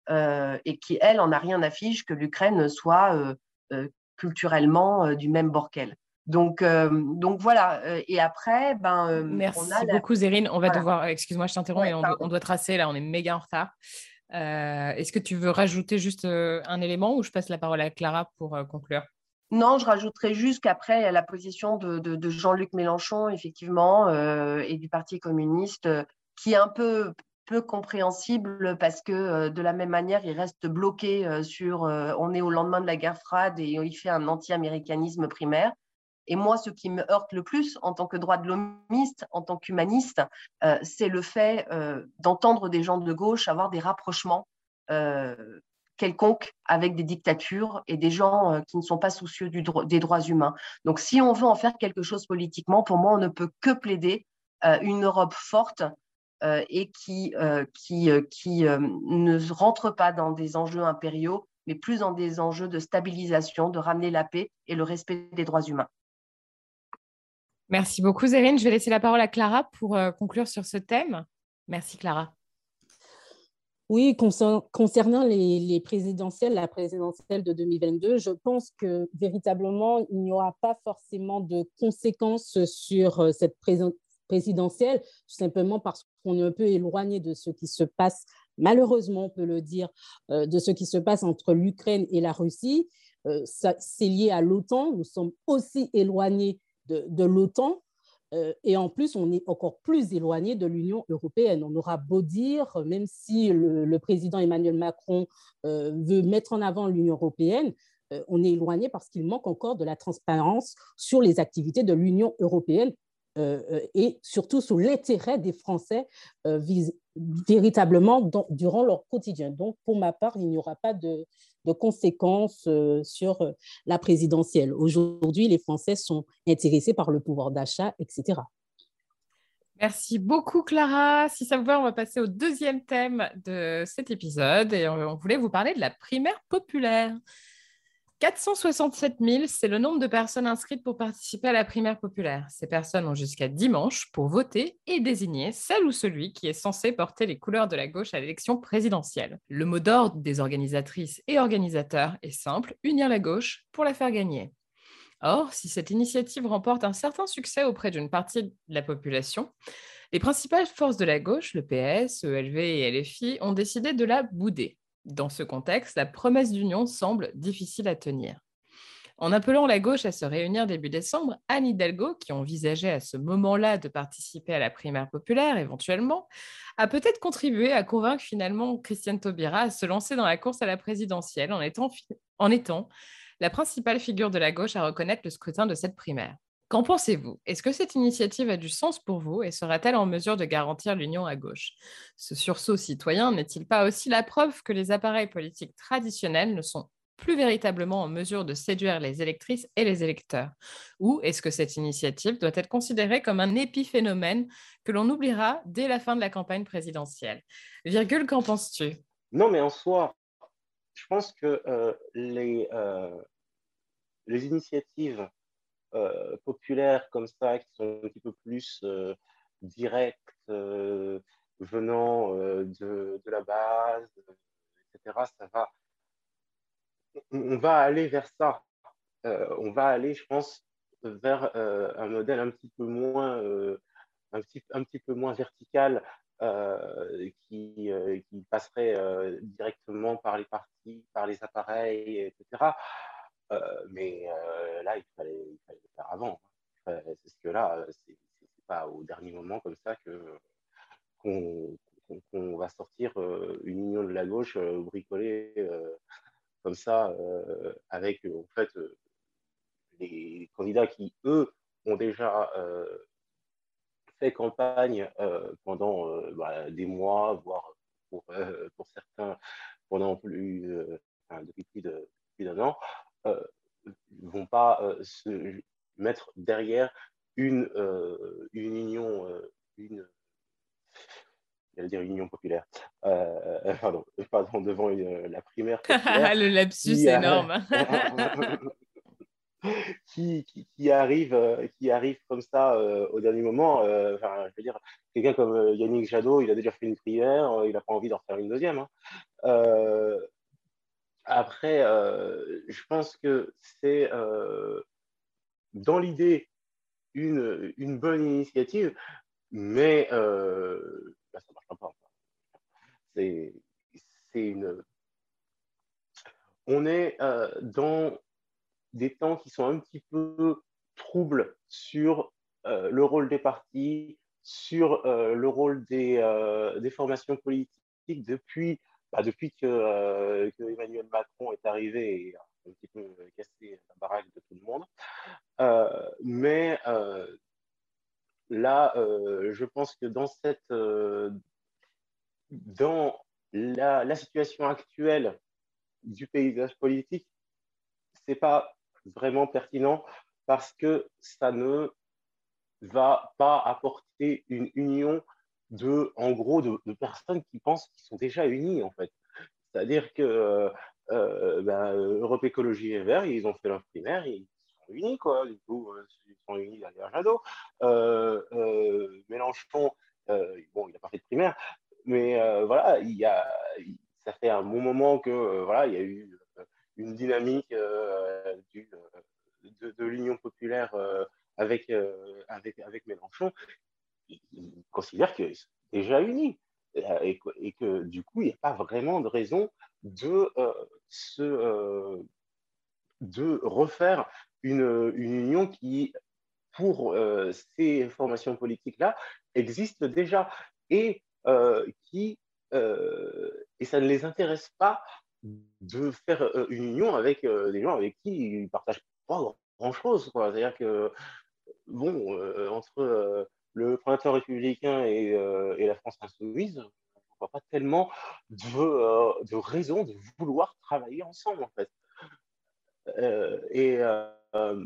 euh, et qui, elle, en a rien à fiche que l'Ukraine soit euh, euh, culturellement euh, du même bord qu'elle. Donc, euh, donc voilà. Et après, ben, euh, Merci on a la... beaucoup, Zérine. On va Voilà. devoir, excuse-moi, je t'interromps, Ouais, mais on, do- on pardon. doit tracer là, on est méga en retard. Euh, est-ce que tu veux rajouter juste euh, un élément ou je passe la parole à Clara pour euh, conclure? Non, je rajouterais juste qu'après, il y a la position de, de, de Jean-Luc Mélenchon, effectivement, euh, et du Parti communiste, euh, qui est un peu peu compréhensible parce que euh, de la même manière, il reste bloqué euh, sur euh, on est au lendemain de la guerre froide et il fait un anti-américanisme primaire. Et moi, ce qui me heurte le plus en tant que droit de l'homiste, en tant qu'humaniste, euh, c'est le fait euh, d'entendre des gens de gauche avoir des rapprochements euh, quelconques avec des dictatures et des gens euh, qui ne sont pas soucieux du dro- des droits humains. Donc, si on veut en faire quelque chose politiquement, pour moi, on ne peut que plaider euh, une Europe forte euh, et qui, euh, qui, euh, qui euh, ne rentre pas dans des enjeux impériaux, mais plus dans des enjeux de stabilisation, de ramener la paix et le respect des droits humains. Merci beaucoup, Zérine. Je vais laisser la parole à Clara pour euh, conclure sur ce thème. Merci, Clara. Oui, concernant les, les présidentielles, la présidentielle de deux mille vingt-deux, je pense que véritablement, il n'y aura pas forcément de conséquences sur cette présidentielle, tout simplement parce qu'on est un peu éloigné de ce qui se passe, malheureusement, on peut le dire, de ce qui se passe entre l'Ukraine et la Russie. C'est lié à l'OTAN, nous sommes aussi éloignés de, de l'OTAN. Euh, et en plus, on est encore plus éloigné de l'Union européenne. On aura beau dire, même si le, le président Emmanuel Macron euh, veut mettre en avant l'Union européenne, euh, on est éloigné parce qu'il manque encore de la transparence sur les activités de l'Union européenne euh, et surtout sur l'intérêt des Français euh, vis- véritablement dans, durant leur quotidien. Donc, pour ma part, il n'y aura pas de, de conséquences euh, sur euh, la présidentielle. Aujourd'hui, les Français sont intéressés par le pouvoir d'achat, et cetera. Merci beaucoup, Clara. Si ça vous va, on va passer au deuxième thème de cet épisode et on, on voulait vous parler de la primaire populaire. quatre cent soixante-sept mille, c'est le nombre de personnes inscrites pour participer à la primaire populaire. Ces personnes ont jusqu'à dimanche pour voter et désigner celle ou celui qui est censé porter les couleurs de la gauche à l'élection présidentielle. Le mot d'ordre des organisatrices et organisateurs est simple, unir la gauche pour la faire gagner. Or, si cette initiative remporte un certain succès auprès d'une partie de la population, les principales forces de la gauche, le P S, E L V et L F I, ont décidé de la bouder. Dans ce contexte, la promesse d'union semble difficile à tenir. En appelant la gauche à se réunir début décembre, Anne Hidalgo, qui envisageait à ce moment-là de participer à la primaire populaire éventuellement, a peut-être contribué à convaincre finalement Christiane Taubira à se lancer dans la course à la présidentielle en étant, en étant la principale figure de la gauche à reconnaître le scrutin de cette primaire. Qu'en pensez-vous? Est-ce que cette initiative a du sens pour vous et sera-t-elle en mesure de garantir l'union à gauche? Ce sursaut citoyen n'est-il pas aussi la preuve que les appareils politiques traditionnels ne sont plus véritablement en mesure de séduire les électrices et les électeurs? Ou est-ce que cette initiative doit être considérée comme un épiphénomène que l'on oubliera dès la fin de la campagne présidentielle? Virgule, qu'en penses-tu? Non, mais en soi, je pense que euh, les, euh, les initiatives euh, populaires comme ça, qui sont un petit peu plus euh, directes, euh, venant euh, de, de la base, et cetera, ça va, on va aller vers ça. Euh, on va aller, je pense, vers euh, un modèle un petit peu moins, euh, un petit, un petit peu moins vertical, euh, qui, euh, qui passerait euh, directement par les partis, par les appareils, et cetera. Euh, mais euh, là, il fallait, il fallait le faire avant. Euh, c'est ce que là, c'est, c'est pas au dernier moment comme ça que qu'on, qu'on, qu'on va sortir euh, une union de la gauche euh, bricolée euh, comme ça, euh, avec en fait euh, les candidats qui eux ont déjà euh, fait campagne euh, pendant euh, bah, des mois, voire pour, euh, pour certains pendant plus, euh, enfin, depuis plus, de, plus d'un an, euh, ne vont pas euh, se mettre derrière une, euh, une union, euh, une, j'allais dire une union populaire, euh, pardon, pardon, devant une, la primaire populaire. Le lapsus qui, énorme. euh, qui, qui, qui, arrive, euh, qui arrive comme ça euh, au dernier moment. Euh, enfin, je veux dire, quelqu'un comme euh, Yannick Jadot, il a déjà fait une primaire, euh, il n'a pas envie d'en faire une deuxième. Hein. Euh, après, euh, je pense que c'est euh, dans l'idée une, une bonne initiative, mais euh, bah, ça ne marchera pas. C'est, c'est une... On est euh, dans des temps qui sont un petit peu troubles sur euh, le rôle des partis, sur euh, le rôle des, euh, des formations politiques depuis, bah, depuis que, euh, que Emmanuel Macron est arrivé et a un petit peu cassé la baraque de tout le monde. Euh, mais euh, là, euh, je pense que dans cette, euh, dans la, la situation actuelle du paysage politique, c'est pas vraiment pertinent parce que ça ne va pas apporter une union de, en gros, de, de personnes qui pensent qu'ils sont déjà unis, en fait. C'est-à-dire que euh, ben, Europe Écologie et Verts, ils ont fait leur primaire, ils sont unis, quoi. Du coup, ils sont unis derrière Jadot. Euh, euh, Mélenchon, euh, bon, il n'a pas fait de primaire, mais euh, voilà, il y a, ça fait un bon moment que euh, voilà, il y a eu une dynamique euh, du, de, de l'Union populaire euh, avec, euh, avec, avec Mélenchon. Ils, ils considèrent qu'ils sont déjà unis et, et que du coup, il n'y a pas vraiment de raison de, euh, se, euh, de refaire une, une union qui, pour euh, ces formations politiques-là, existe déjà et euh, qui euh, et ça ne les intéresse pas de faire euh, une union avec euh, des gens avec qui ils ne partagent pas grand-chose. C'est-à-dire que, bon, euh, entre euh, le printemps républicain et, euh, et la France insoumise, on ne voit pas tellement de, euh, de raisons de vouloir travailler ensemble, en fait. Euh, et, euh,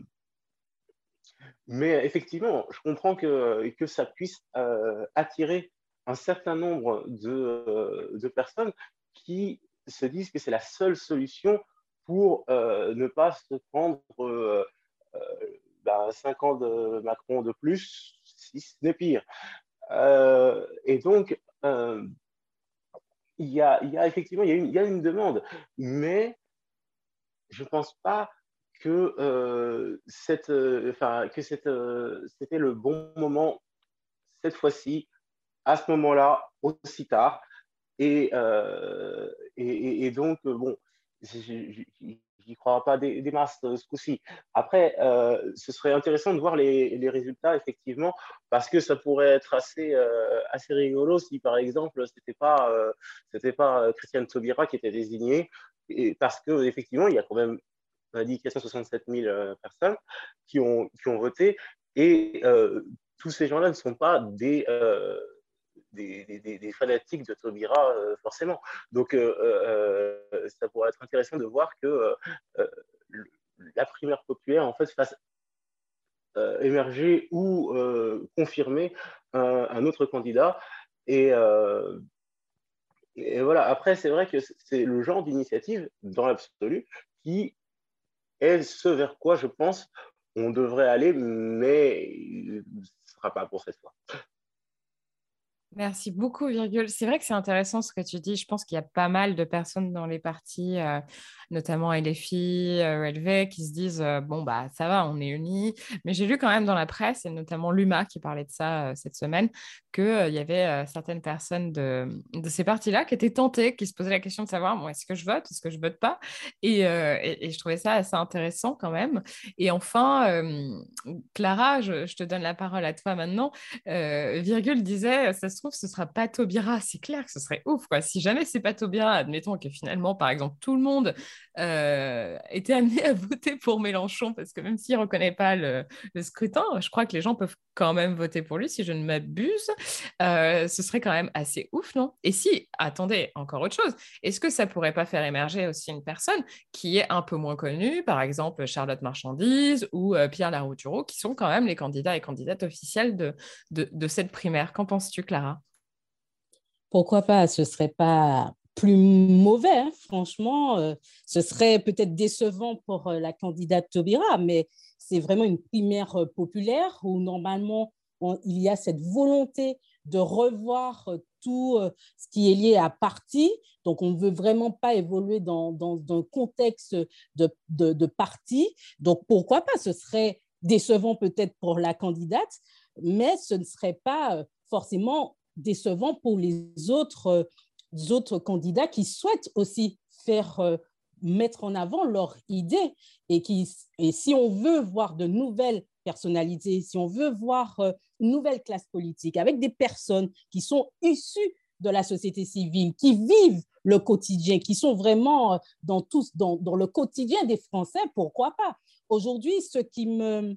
mais effectivement, je comprends que, que ça puisse euh, attirer un certain nombre de, de personnes qui se disent que c'est la seule solution pour euh, ne pas se prendre euh, euh, bah, cinq ans de Macron de plus, si ce n'est pire. Euh, et donc, euh, il y a, il y a effectivement il y a une, il y a une demande, mais je ne pense pas que, euh, cette, euh, enfin, que cette, euh, c'était le bon moment cette fois-ci, à ce moment-là, aussi tard. Et, euh, et, et, donc, bon, j'y crois pas des, des masses ce coup-ci. Après, euh, ce serait intéressant de voir les, les résultats, effectivement, parce que ça pourrait être assez, euh, assez rigolo si, par exemple, c'était pas, euh, c'était pas Christiane Taubira qui était désignée, et parce qu'effectivement, il y a quand même, on a dit, quatre cent soixante-sept mille euh, personnes qui ont, qui ont voté, et euh, tous ces gens-là ne sont pas des... Euh, Des, des, des, fanatiques de Taubira, euh, forcément. Donc, euh, euh, ça pourrait être intéressant de voir que euh, la primaire populaire, en fait, fasse euh, émerger ou euh, confirmer un, un, autre candidat. Et, euh, et voilà. Après, c'est vrai que c'est le genre d'initiative, dans l'absolu, qui est ce vers quoi, je pense, on devrait aller, mais ce ne sera pas pour cette fois. Merci beaucoup, Virgule. C'est vrai que c'est intéressant ce que tu dis. Je pense qu'il y a pas mal de personnes dans les partis, euh, notamment L F I, euh, L V, qui se disent euh, bon, bah, ça va, on est unis. Mais j'ai lu quand même dans la presse, et notamment l'U M A qui parlait de ça euh, cette semaine, qu'il euh, y avait euh, certaines personnes de, de ces partis-là qui étaient tentées, qui se posaient la question de savoir bon, est-ce que je vote, est-ce que je vote pas et, euh, et, et je trouvais ça assez intéressant quand même. Et enfin, euh, Clara, je, je te donne la parole à toi maintenant. Euh, Virgule disait, ça se trouve, ce sera pas Taubira. C'est clair que ce serait ouf, quoi. Si jamais c'est pas Taubira, admettons que finalement, par exemple, tout le monde euh, était amené à voter pour Mélenchon, parce que même s'il ne reconnaît pas le, le scrutin, je crois que les gens peuvent quand même voter pour lui, si je ne m'abuse. Euh, ce serait quand même assez ouf, non? Et si, attendez, encore autre chose, est-ce que ça pourrait pas faire émerger aussi une personne qui est un peu moins connue, par exemple Charlotte Marchandise ou euh, Pierre Larouturou, qui sont quand même les candidats et candidates officiels de, de, de cette primaire? Qu'en penses-tu, Clara? Pourquoi pas? Ce ne serait pas plus mauvais, hein. Franchement, euh, ce serait peut-être décevant pour euh, la candidate Taubira, mais c'est vraiment une primaire euh, populaire où normalement, on, il y a cette volonté de revoir euh, tout euh, ce qui est lié à parti. Donc, on ne veut vraiment pas évoluer dans, dans, dans un contexte de, de, de parti. Donc, pourquoi pas? Ce serait décevant peut-être pour la candidate, mais ce ne serait pas euh, forcément décevant pour les autres, euh, autres candidats qui souhaitent aussi faire euh, mettre en avant leurs idées. Et, qui, et si on veut voir de nouvelles personnalités, si on veut voir euh, une nouvelle classe politique avec des personnes qui sont issues de la société civile, qui vivent le quotidien, qui sont vraiment dans, tous, dans, dans le quotidien des Français, pourquoi pas? Aujourd'hui, ce qui me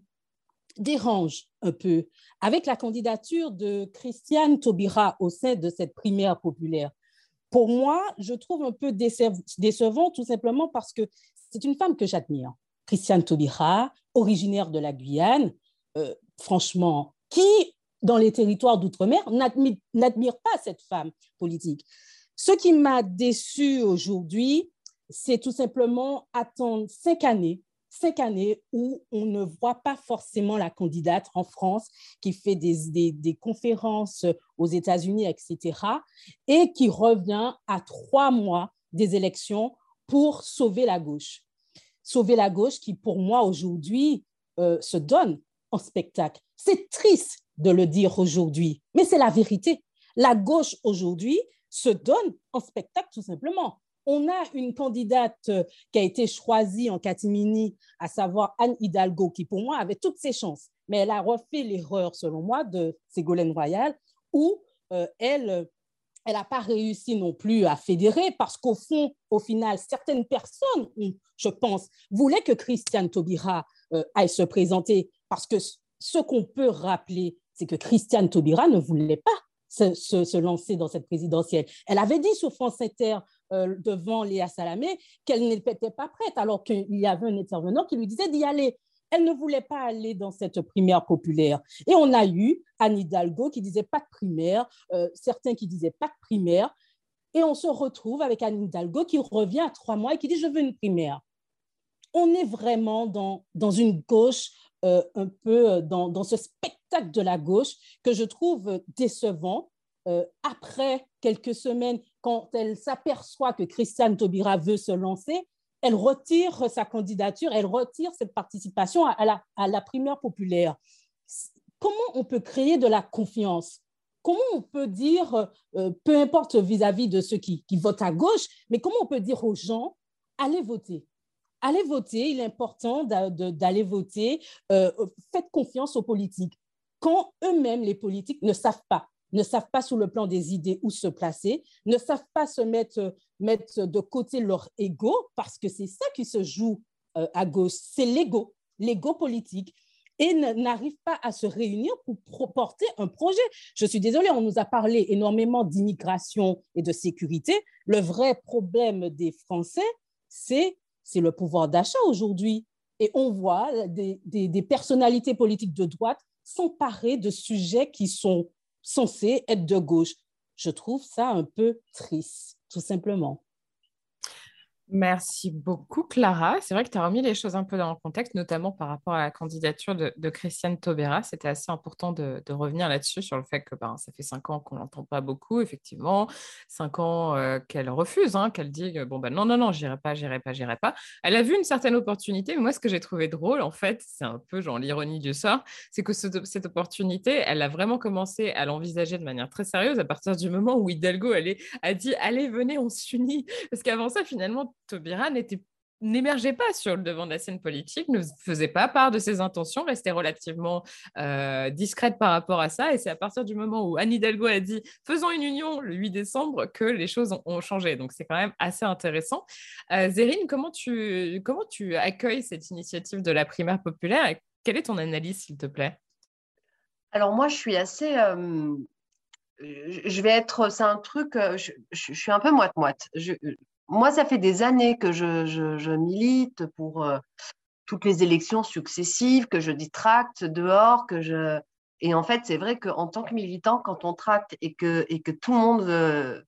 dérange un peu avec la candidature de Christiane Taubira au sein de cette primaire populaire, pour moi, je trouve un peu décevant tout simplement parce que c'est une femme que j'admire. Christiane Taubira, originaire de la Guyane, euh, franchement, qui, dans les territoires d'outre-mer, n'admire, n'admire pas cette femme politique. Ce qui m'a déçue aujourd'hui, c'est tout simplement attendre cinq années, cinq années où on ne voit pas forcément la candidate en France qui fait des, des, des conférences aux États-Unis, et cetera, et qui revient à trois mois des élections pour sauver la gauche. Sauver la gauche qui, pour moi, aujourd'hui, euh, se donne en spectacle. C'est triste de le dire aujourd'hui, mais c'est la vérité. La gauche, aujourd'hui, se donne en spectacle tout simplement. On a une candidate qui a été choisie en catimini, à savoir Anne Hidalgo, qui pour moi avait toutes ses chances, mais elle a refait l'erreur, selon moi, de Ségolène Royal, où euh, elle elle n'a pas réussi non plus à fédérer parce qu'au fond, au final, certaines personnes, je pense, voulaient que Christiane Taubira euh, aille se présenter parce que ce qu'on peut rappeler, c'est que Christiane Taubira ne voulait pas se, se, se lancer dans cette présidentielle. Elle avait dit sur France Inter euh, devant Léa Salamé qu'elle n'était pas prête alors qu'il y avait un intervenant qui lui disait d'y aller. Elle ne voulait pas aller dans cette primaire populaire. Et on a eu Anne Hidalgo qui disait pas de primaire, euh, certains qui disaient pas de primaire. Et on se retrouve avec Anne Hidalgo qui revient à trois mois et qui dit « je veux une primaire ». On est vraiment dans, dans une gauche, euh, un peu dans, dans ce spectacle de la gauche que je trouve décevant. Euh, après quelques semaines, quand elle s'aperçoit que Christiane Taubira veut se lancer, elle retire sa candidature, elle retire cette participation à la, à la primaire populaire. Comment on peut créer de la confiance? Comment on peut dire, euh, peu importe vis-à-vis de ceux qui, qui votent à gauche, mais comment on peut dire aux gens, allez voter? Allez voter, il est important d'a, de, d'aller voter, euh, faites confiance aux politiques. Quand eux-mêmes, les politiques, ne savent pas, ne savent pas sur le plan des idées où se placer, ne savent pas se mettre, mettre de côté leur ego, parce que c'est ça qui se joue euh, à gauche, c'est l'ego, l'ego politique, et n'arrivent pas à se réunir pour porter un projet. Je suis désolée, on nous a parlé énormément d'immigration et de sécurité. Le vrai problème des Français, c'est, c'est le pouvoir d'achat aujourd'hui. Et on voit des, des, des personnalités politiques de droite s'emparer de sujets qui sont censés être de gauche. Je trouve ça un peu triste, tout simplement. Merci beaucoup, Clara. C'est vrai que tu as remis les choses un peu dans le contexte, notamment par rapport à la candidature de, de Christiane Taubira. C'était assez important de, de revenir là-dessus, sur le fait que ben, ça fait cinq ans qu'on n'entend pas beaucoup, effectivement. Cinq ans euh, qu'elle refuse, hein, qu'elle dit bon, ben, non, non, non, j'irai pas, j'irai pas, j'irai pas. Elle a vu une certaine opportunité, mais moi, ce que j'ai trouvé drôle, en fait, c'est un peu genre l'ironie du sort, c'est que ce, cette opportunité, elle a vraiment commencé à l'envisager de manière très sérieuse à partir du moment où Hidalgo elle est, a dit allez, venez, on s'unit. Parce qu'avant ça, finalement, Taubira n'était, n'émergeait pas sur le devant de la scène politique, ne faisait pas part de ses intentions, restait relativement euh, discrète par rapport à ça. Et c'est à partir du moment où Anne Hidalgo a dit « faisons une union » le huit décembre que les choses ont, ont changé. Donc, c'est quand même assez intéressant. Euh, Zérine, comment tu, comment tu accueilles cette initiative de la primaire populaire et quelle est ton analyse, s'il te plaît? Alors, moi, je suis assez... Euh... Je vais être... C'est un truc... Je, je, je suis un peu moite-moite. Je... Moi, ça fait des années que je, je, je milite pour euh, toutes les élections successives, que je dis tracte dehors, que je... Et en fait, c'est vrai qu'en tant que militant, quand on tracte et que, et que tout le monde veut,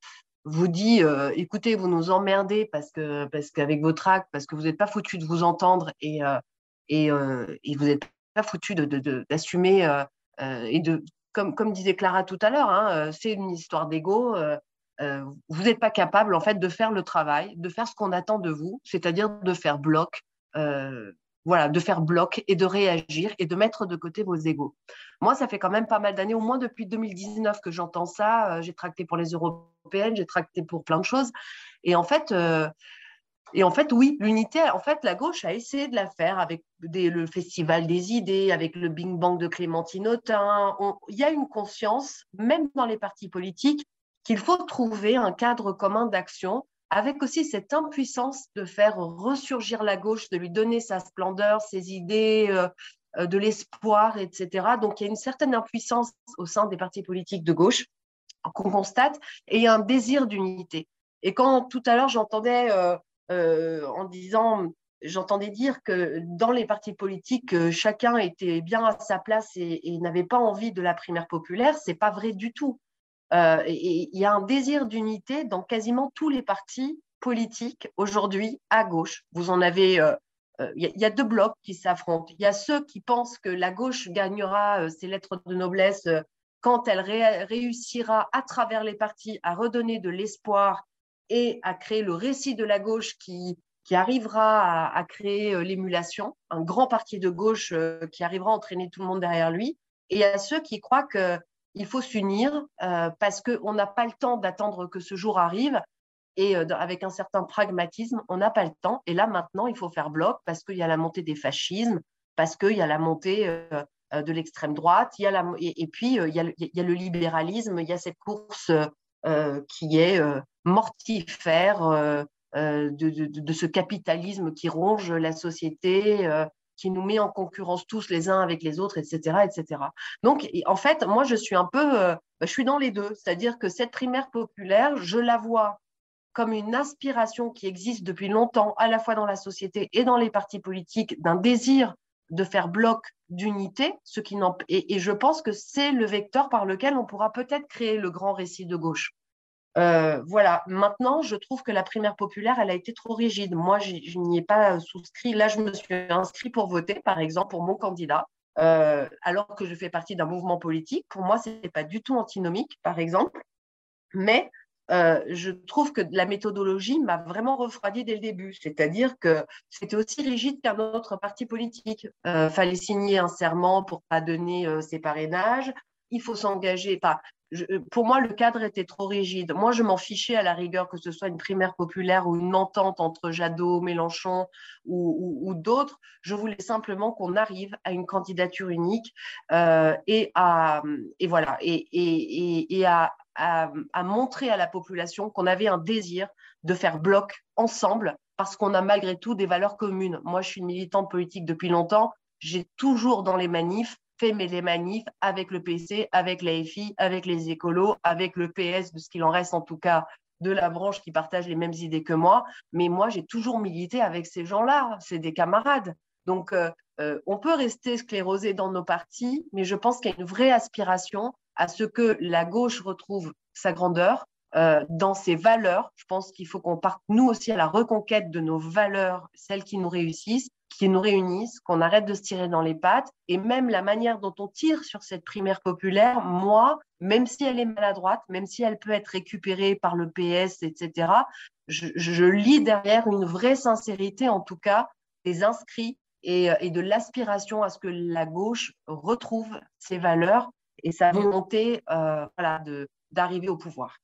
vous dit euh, écoutez, vous nous emmerdez parce que parce qu'avec votre acte, parce que vous n'êtes pas foutu de vous entendre et euh, et, euh, et vous n'êtes pas foutu de, de, de, d'assumer euh, euh, et de comme comme disait Clara tout à l'heure, hein, c'est une histoire d'ego. Euh, euh, vous n'êtes pas capable en fait de faire le travail, de faire ce qu'on attend de vous, c'est-à-dire de faire bloc. Euh, voilà, de faire bloc et de réagir et de mettre de côté vos égos. Moi, ça fait quand même pas mal d'années, au moins depuis deux mille dix-neuf que j'entends ça. Euh, j'ai tracté pour les européennes, j'ai tracté pour plein de choses. Et en fait, euh, et en fait oui, l'unité, en fait, la gauche a essayé de la faire avec des, le Festival des idées, avec le Big Bang de Clémentine Autain. On- Il y a une conscience, même dans les partis politiques, qu'il faut trouver un cadre commun d'action avec aussi cette impuissance de faire ressurgir la gauche, de lui donner sa splendeur, ses idées, euh, euh, de l'espoir, et cetera. Donc, il y a une certaine impuissance au sein des partis politiques de gauche qu'on constate et un désir d'unité. Et quand tout à l'heure, j'entendais euh, euh, en disant, j'entendais dire que dans les partis politiques, euh, chacun était bien à sa place et, et n'avait pas envie de la primaire populaire, c'est pas vrai du tout. Euh, et il y a un désir d'unité dans quasiment tous les partis politiques aujourd'hui à gauche. Vous en avez, euh, euh, il y, y, a deux blocs qui s'affrontent. Il y a ceux qui pensent que la gauche gagnera euh, ses lettres de noblesse euh, quand elle ré réussira à travers les partis à redonner de l'espoir et à créer le récit de la gauche qui, qui arrivera à, à créer euh, l'émulation, un grand parti de gauche euh, qui arrivera à entraîner tout le monde derrière lui. Et il y a ceux qui croient que il faut s'unir euh, parce qu'on n'a pas le temps d'attendre que ce jour arrive et euh, avec un certain pragmatisme, on n'a pas le temps. Et là, maintenant, il faut faire bloc parce qu'il y a la montée des fascismes, parce qu'il y a la montée euh, de l'extrême droite, il y a la, et, et puis euh, il, y a le, il y a le libéralisme, il y a cette course euh, qui est euh, mortifère euh, euh, de, de, de ce capitalisme qui ronge la société, euh, qui nous met en concurrence tous les uns avec les autres, et cetera, et cetera. Donc, en fait, moi, je suis un peu, euh, je suis dans les deux, c'est-à-dire que cette primaire populaire, je la vois comme une aspiration qui existe depuis longtemps, à la fois dans la société et dans les partis politiques, d'un désir de faire bloc d'unité, ce qui et, et je pense que c'est le vecteur par lequel on pourra peut-être créer le grand récit de gauche. Euh, voilà, maintenant, je trouve que la primaire populaire, elle a été trop rigide. Moi, je n'y ai pas souscrit. Là, je me suis inscrit pour voter, par exemple, pour mon candidat, euh, alors que je fais partie d'un mouvement politique. Pour moi, ce n'est pas du tout antinomique, par exemple. Mais euh, je trouve que la méthodologie m'a vraiment refroidi dès le début. C'est-à-dire que c'était aussi rigide qu'un autre parti politique. Il euh, fallait signer un serment pour ne pas donner euh, ses parrainages. Il faut s'engager. Enfin, je, pour moi, le cadre était trop rigide. Moi, je m'en fichais à la rigueur que ce soit une primaire populaire ou une entente entre Jadot, Mélenchon ou, ou, ou d'autres. Je voulais simplement qu'on arrive à une candidature unique euh, et, à, et voilà et, et, et, et à À, à montrer à la population qu'on avait un désir de faire bloc ensemble parce qu'on a malgré tout des valeurs communes. Moi, je suis une militante politique depuis longtemps. J'ai toujours dans les manifs fait mes les manifs avec le P C, avec la F I, avec les écolos, avec le P S, de ce qu'il en reste en tout cas de la branche qui partage les mêmes idées que moi. Mais moi, j'ai toujours milité avec ces gens-là. C'est des camarades. Donc, euh, euh, on peut rester sclérosé dans nos partis, mais je pense qu'il y a une vraie aspiration à ce que la gauche retrouve sa grandeur euh, dans ses valeurs. Je pense qu'il faut qu'on parte, nous aussi, à la reconquête de nos valeurs, celles qui nous réussissent, qui nous réunissent, qu'on arrête de se tirer dans les pattes. Et même la manière dont on tire sur cette primaire populaire, moi, même si elle est maladroite, même si elle peut être récupérée par le P S, et cetera, je, je lis derrière une vraie sincérité, en tout cas, des inscrits et, et de l'aspiration à ce que la gauche retrouve ses valeurs et sa volonté euh, voilà, de, d'arriver au pouvoir.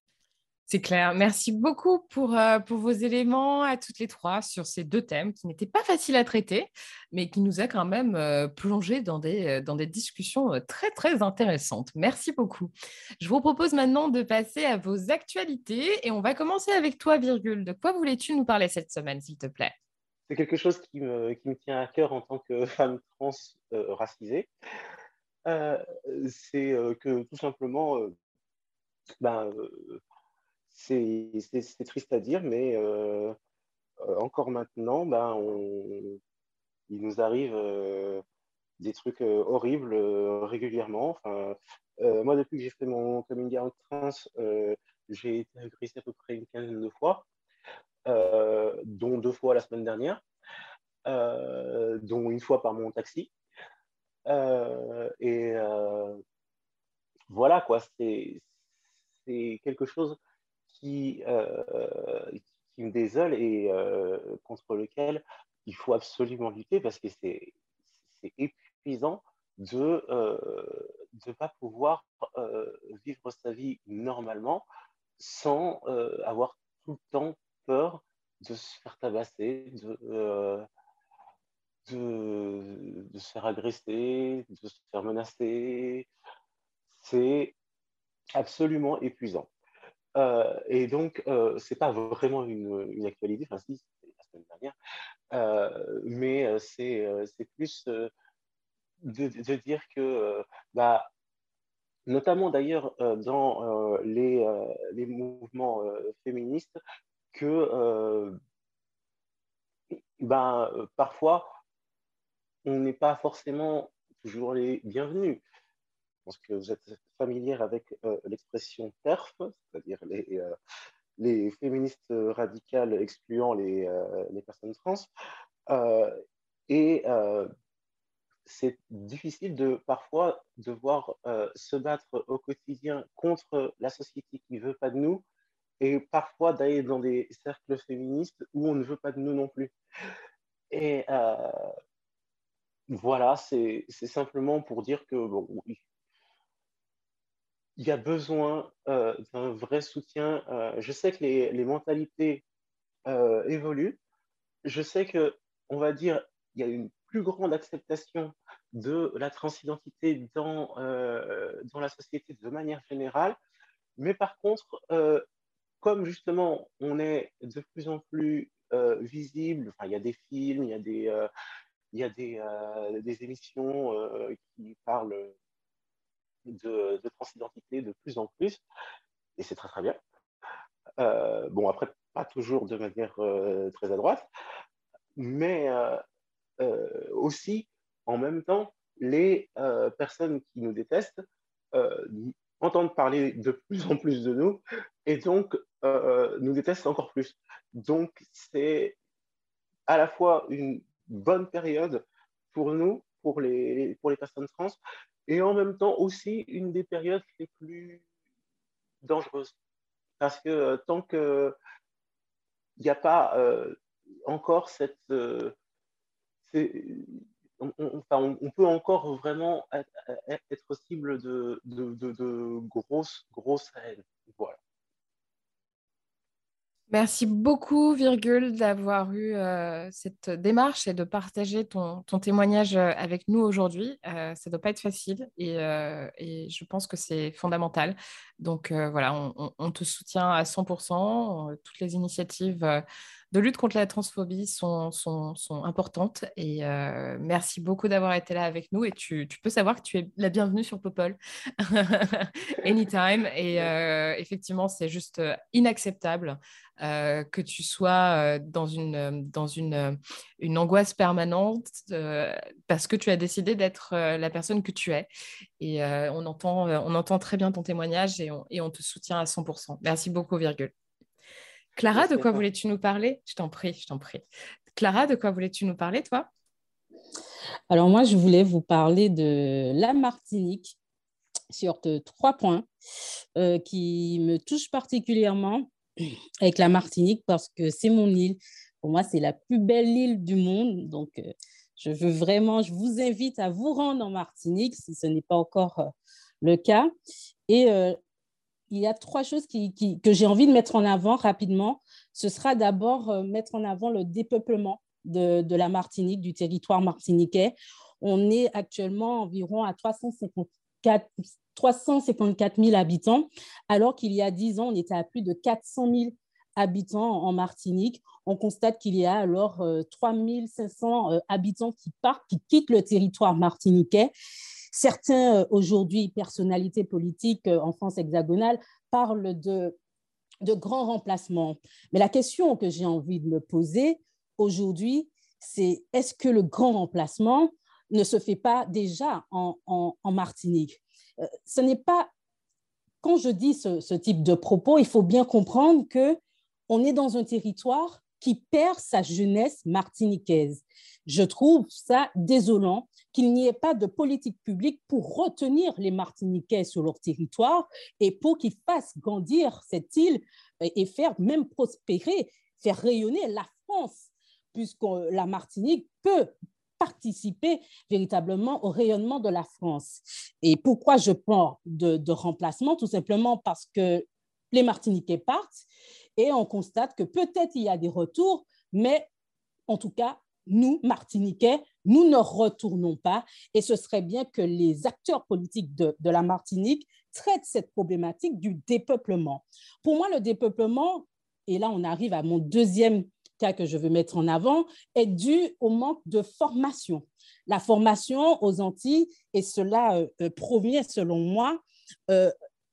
C'est clair. Merci beaucoup pour, euh, pour vos éléments à toutes les trois sur ces deux thèmes qui n'étaient pas faciles à traiter, mais qui nous a quand même euh, plongé dans des, dans des discussions euh, très, très intéressantes. Merci beaucoup. Je vous propose maintenant de passer à vos actualités et on va commencer avec toi, Virgule. De quoi voulais-tu nous parler cette semaine, s'il te plaît? C'est quelque chose qui me, qui me tient à cœur en tant que femme trans euh, racisée. Euh, c'est euh, que tout simplement, euh, ben, euh, c'est, c'est, c'est triste à dire, mais euh, euh, encore maintenant, ben, on, il nous arrive euh, des trucs euh, horribles euh, régulièrement. Enfin, euh, moi, depuis que j'ai fait mon coming out trans, euh, j'ai été agressé à peu près une quinzaine de fois, euh, dont deux fois la semaine dernière, euh, dont une fois par mon taxi. Euh, et euh, voilà, quoi, c'est, c'est quelque chose qui, euh, qui me désole et euh, contre lequel il faut absolument lutter parce que c'est, c'est épuisant de ne pas pouvoir euh, vivre sa vie normalement sans euh, avoir tout le temps peur de se faire tabasser, de, euh, de, de se faire agresser, de se faire menacer. C'est absolument épuisant. Euh, et donc, euh, c'est pas vraiment une, une actualité, enfin si, c'était la semaine dernière, euh, mais euh, c'est, euh, c'est plus euh, de, de dire que, euh, bah, notamment d'ailleurs euh, dans euh, les, euh, les mouvements euh, féministes, que euh, ben, euh, parfois, on n'est pas forcément toujours les bienvenus. Je pense que vous êtes familière avec euh, l'expression TERF, c'est-à-dire les, euh, les féministes radicales excluant les, euh, les personnes trans. Euh, et euh, c'est difficile de parfois devoir euh, se battre au quotidien contre la société qui ne veut pas de nous et parfois d'aller dans des cercles féministes où on ne veut pas de nous non plus. Et euh, voilà, c'est, c'est simplement pour dire que bon, oui, il y a besoin euh, d'un vrai soutien. Euh, je sais que les, les mentalités euh, évoluent. Je sais que, on va dire, il y a une plus grande acceptation de la transidentité dans, euh, dans la société de manière générale. Mais par contre, euh, comme justement on est de plus en plus euh, visible, enfin, il y a des films, il y a des, euh, il y a des, euh, des émissions euh, qui parlent de, de transidentité de plus en plus, et c'est très très bien. Euh, bon, après, pas toujours de manière euh, très à droite, mais euh, euh, aussi, en même temps, les euh, personnes qui nous détestent euh, entendent parler de plus en plus de nous et donc euh, nous détestent encore plus. Donc, c'est à la fois une bonne période pour nous, pour les, pour les personnes trans, et en même temps aussi une des périodes les plus dangereuses. Parce que euh, tant qu'il n'y a pas euh, encore cette... Euh, on, on, enfin, on, peut encore vraiment être, être cible de, de, de, de grosses, grosses haines. Voilà. Merci beaucoup, Virgule, d'avoir eu euh, cette démarche et de partager ton, ton témoignage euh, avec nous aujourd'hui. Euh, ça ne doit pas être facile et, euh, et je pense que c'est fondamental. Donc euh, voilà, on, on, on te soutient à cent pour cent. Toutes les initiatives euh, de lutte contre la transphobie sont, sont, sont importantes et euh, merci beaucoup d'avoir été là avec nous. Et tu, tu peux savoir que tu es la bienvenue sur Popol anytime. Et euh, effectivement, c'est juste inacceptable. Euh, que tu sois euh, dans, une, dans une, euh, une angoisse permanente euh, parce que tu as décidé d'être euh, la personne que tu es. Et euh, on, entend, euh, on entend très bien ton témoignage et on, et on te soutient à cent pour cent. Merci beaucoup, Virgule. Clara, Merci de quoi voulais-tu nous parler? Je t'en prie, je t'en prie. Clara, de quoi voulais-tu nous parler, toi? Alors moi, je voulais vous parler de la Martinique sur trois points euh, qui me touchent particulièrement avec la Martinique parce que c'est mon île. Pour moi, c'est la plus belle île du monde. Donc, euh, je veux vraiment, je vous invite à vous rendre en Martinique si ce n'est pas encore euh, le cas. Et euh, il y a trois choses qui, qui, que j'ai envie de mettre en avant rapidement. Ce sera d'abord euh, mettre en avant le dépeuplement de, de la Martinique, du territoire martiniquais. On est actuellement environ à trois cent cinquante-quatre mille habitants, alors qu'il y a dix ans, on était à plus de quatre cent mille habitants en Martinique. On constate qu'il y a alors euh, trois mille cinq cents euh, habitants qui partent, qui quittent le territoire martiniquais. Certains, euh, aujourd'hui, personnalités politiques euh, en France hexagonale, parlent de, de grands remplacements. Mais la question que j'ai envie de me poser aujourd'hui, c'est est-ce que le grand remplacement ne se fait pas déjà en, en, en Martinique? Euh, ce n'est pas quand je dis ce, ce type de propos, il faut bien comprendre qu'on est dans un territoire qui perd sa jeunesse martiniquaise. Je trouve ça désolant qu'il n'y ait pas de politique publique pour retenir les Martiniquais sur leur territoire et pour qu'ils fassent grandir cette île et faire même prospérer, faire rayonner la France, puisque la Martinique peut participer véritablement au rayonnement de la France. Et pourquoi je parle de, de remplacement? Tout simplement parce que les Martiniquais partent et on constate que peut-être il y a des retours, mais en tout cas, nous, Martiniquais, nous ne retournons pas et ce serait bien que les acteurs politiques de, de la Martinique traitent cette problématique du dépeuplement. Pour moi, le dépeuplement, et là on arrive à mon deuxième cas que je veux mettre en avant, est dû au manque de formation. La formation aux Antilles, et cela euh, provient selon moi euh,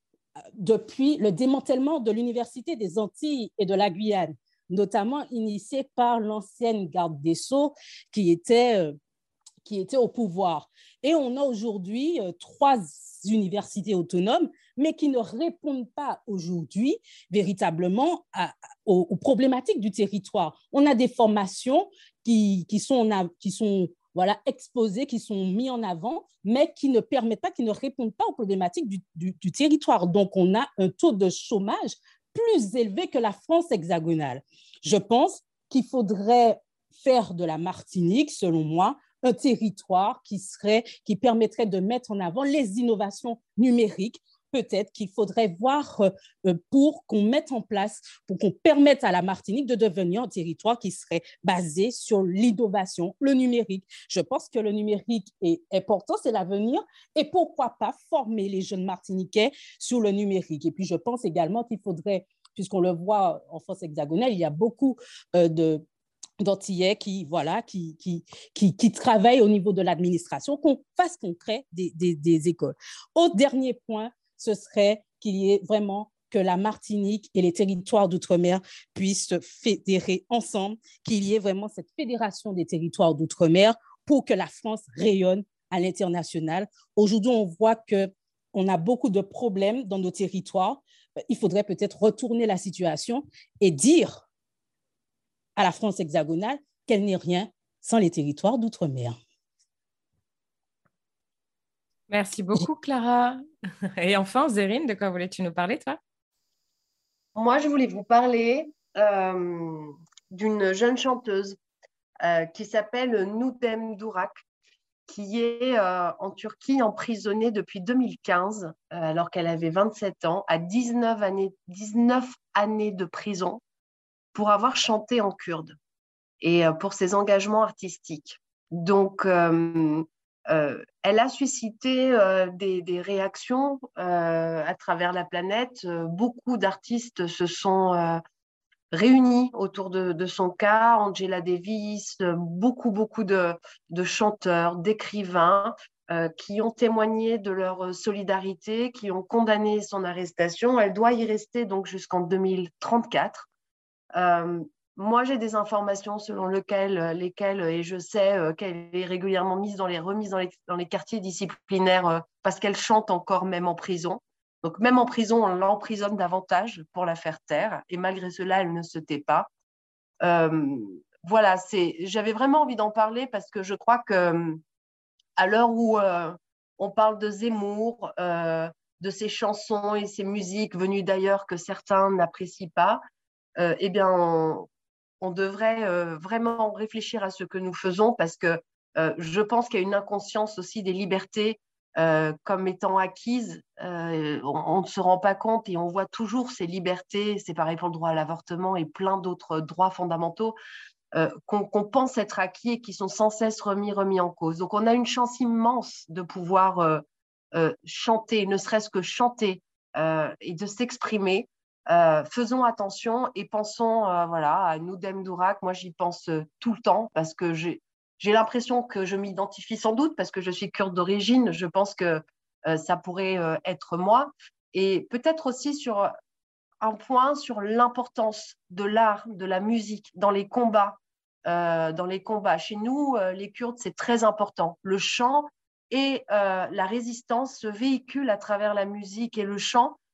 depuis le démantèlement de l'Université des Antilles et de la Guyane, notamment initié par l'ancienne garde des Sceaux qui était, euh, qui était au pouvoir. Et on a aujourd'hui euh, trois universités autonomes, mais qui ne répondent pas aujourd'hui véritablement à, aux, aux problématiques du territoire. On a des formations qui, qui sont, qui sont voilà, exposées, qui sont mises en avant, mais qui ne permettent pas, qui ne répondent pas aux problématiques du, du, du territoire. Donc, on a un taux de chômage plus élevé que la France hexagonale. Je pense qu'il faudrait faire de la Martinique, selon moi, un territoire qui, serait, qui permettrait de mettre en avant les innovations numériques. Peut-être qu'il faudrait voir euh, pour qu'on mette en place, pour qu'on permette à la Martinique de devenir un territoire qui serait basé sur l'innovation, le numérique. Je pense que le numérique est important, c'est l'avenir. Et pourquoi pas former les jeunes Martiniquais sur le numérique. Et puis, je pense également qu'il faudrait, puisqu'on le voit en France hexagonale, il y a beaucoup euh, de... d'Antillais qui, voilà, qui, qui, qui, qui travaillent au niveau de l'administration, qu'on fasse concret des, des, des écoles. Au dernier point, ce serait qu'il y ait vraiment que la Martinique et les territoires d'outre-mer puissent se fédérer ensemble, qu'il y ait vraiment cette fédération des territoires d'outre-mer pour que la France rayonne à l'international. Aujourd'hui, on voit qu'on a beaucoup de problèmes dans nos territoires. Il faudrait peut-être retourner la situation et dire à la France hexagonale qu'elle n'est rien sans les territoires d'outre-mer. Merci beaucoup, Clara. Et enfin, Zérine, de quoi voulais-tu nous parler, toi? Moi, je voulais vous parler euh, d'une jeune chanteuse euh, qui s'appelle Nudem Durak, qui est euh, en Turquie emprisonnée depuis deux mille quinze, euh, alors qu'elle avait vingt-sept ans, à dix-neuf années, dix-neuf années de prison pour avoir chanté en kurde et euh, pour ses engagements artistiques. Donc, euh, euh, elle a suscité euh, des, des réactions euh, à travers la planète. Euh, beaucoup d'artistes se sont euh, réunis autour de, de son cas. Angela Davis, euh, beaucoup, beaucoup de, de chanteurs, d'écrivains euh, qui ont témoigné de leur solidarité, qui ont condamné son arrestation. Elle doit y rester donc jusqu'en deux mille trente-quatre. Euh, moi, j'ai des informations selon lequel, lesquelles, et je sais euh, qu'elle est régulièrement mise dans les remises dans les, dans les quartiers disciplinaires euh, parce qu'elle chante encore même en prison. Donc, même en prison, on l'emprisonne davantage pour la faire taire. Et malgré cela, elle ne se tait pas. Euh, voilà, c'est, j'avais vraiment envie d'en parler parce que je crois qu'à l'heure où euh, on parle de Zemmour, euh, de ses chansons et ses musiques venues d'ailleurs que certains n'apprécient pas, Euh, eh bien, on, on devrait euh, vraiment réfléchir à ce que nous faisons parce que euh, je pense qu'il y a une inconscience aussi des libertés euh, comme étant acquises. Euh, on, on ne se rend pas compte et on voit toujours ces libertés, c'est pareil pour le droit à l'avortement et plein d'autres droits fondamentaux euh, qu'on, qu'on pense être acquis et qui sont sans cesse remis, remis en cause. Donc, on a une chance immense de pouvoir euh, euh, chanter, ne serait-ce que chanter euh, et de s'exprimer. Euh, faisons attention et pensons euh, voilà, à Nudem Durak. Moi, j'y pense euh, tout le temps parce que j'ai, j'ai l'impression que je m'identifie sans doute parce que je suis kurde d'origine. Je pense que euh, ça pourrait euh, être moi. Et peut-être aussi sur un point sur l'importance de l'art, de la musique dans les combats. Euh, dans les combats. Chez nous, euh, les Kurdes, c'est très important. Le chant et euh, la résistance se véhiculent à travers la musique et le chant.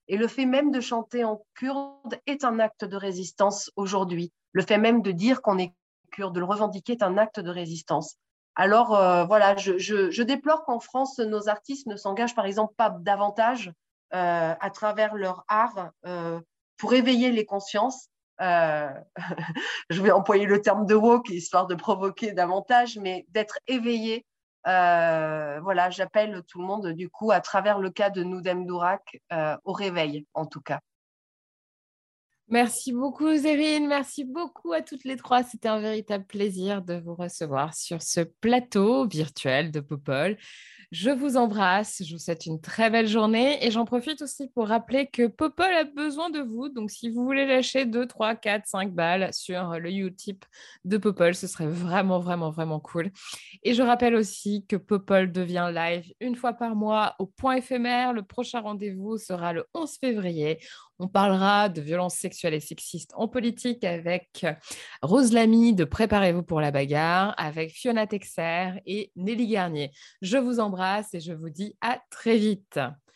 Et le fait même de chanter en kurde est un acte de résistance aujourd'hui. Le fait même de dire qu'on est kurde, de le revendiquer, est un acte de résistance. Alors euh, voilà, je, je, je déplore qu'en France, nos artistes ne s'engagent par exemple pas davantage euh, à travers leur art euh, pour éveiller les consciences. Euh, je vais employer le terme de woke, histoire de provoquer davantage, mais d'être éveillé. Euh, voilà, j'appelle tout le monde, du coup, à travers le cas de Noudem Dourak, euh, au réveil, en tout cas. Merci beaucoup, Zérine. Merci beaucoup à toutes les trois. C'était un véritable plaisir de vous recevoir sur ce plateau virtuel de Popol. Je vous embrasse, je vous souhaite une très belle journée et j'en profite aussi pour rappeler que Popol a besoin de vous. Donc, si vous voulez lâcher deux, trois, quatre, cinq balles sur le Utip de Popol, ce serait vraiment, vraiment, vraiment cool. Et je rappelle aussi que Popol devient live une fois par mois au Point éphémère. Le prochain rendez-vous sera le onze février. On parlera de violences sexuelles et sexistes en politique avec Rose Lamy de Préparez-vous pour la bagarre, avec Fiona Texer et Nelly Garnier. Je vous embrasse et je vous dis à très vite.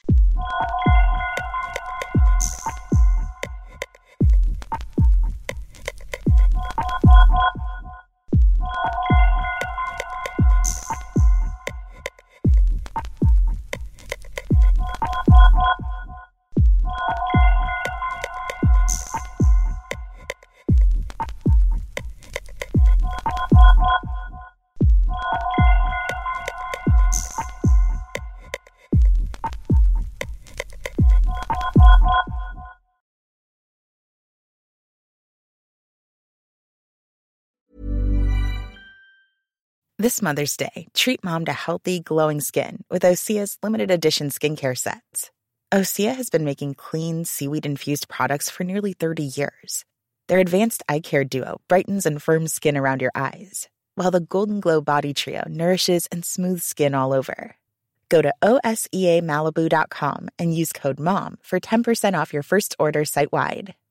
This Mother's Day, treat mom to healthy, glowing skin with Osea's limited edition skincare sets. Osea has been making clean, seaweed-infused products for nearly thirty years. Their advanced eye care duo brightens and firms skin around your eyes, while the Golden Glow Body Trio nourishes and smooths skin all over. Go to O S E A Malibu dot com and use code MOM for ten percent off your first order site-wide.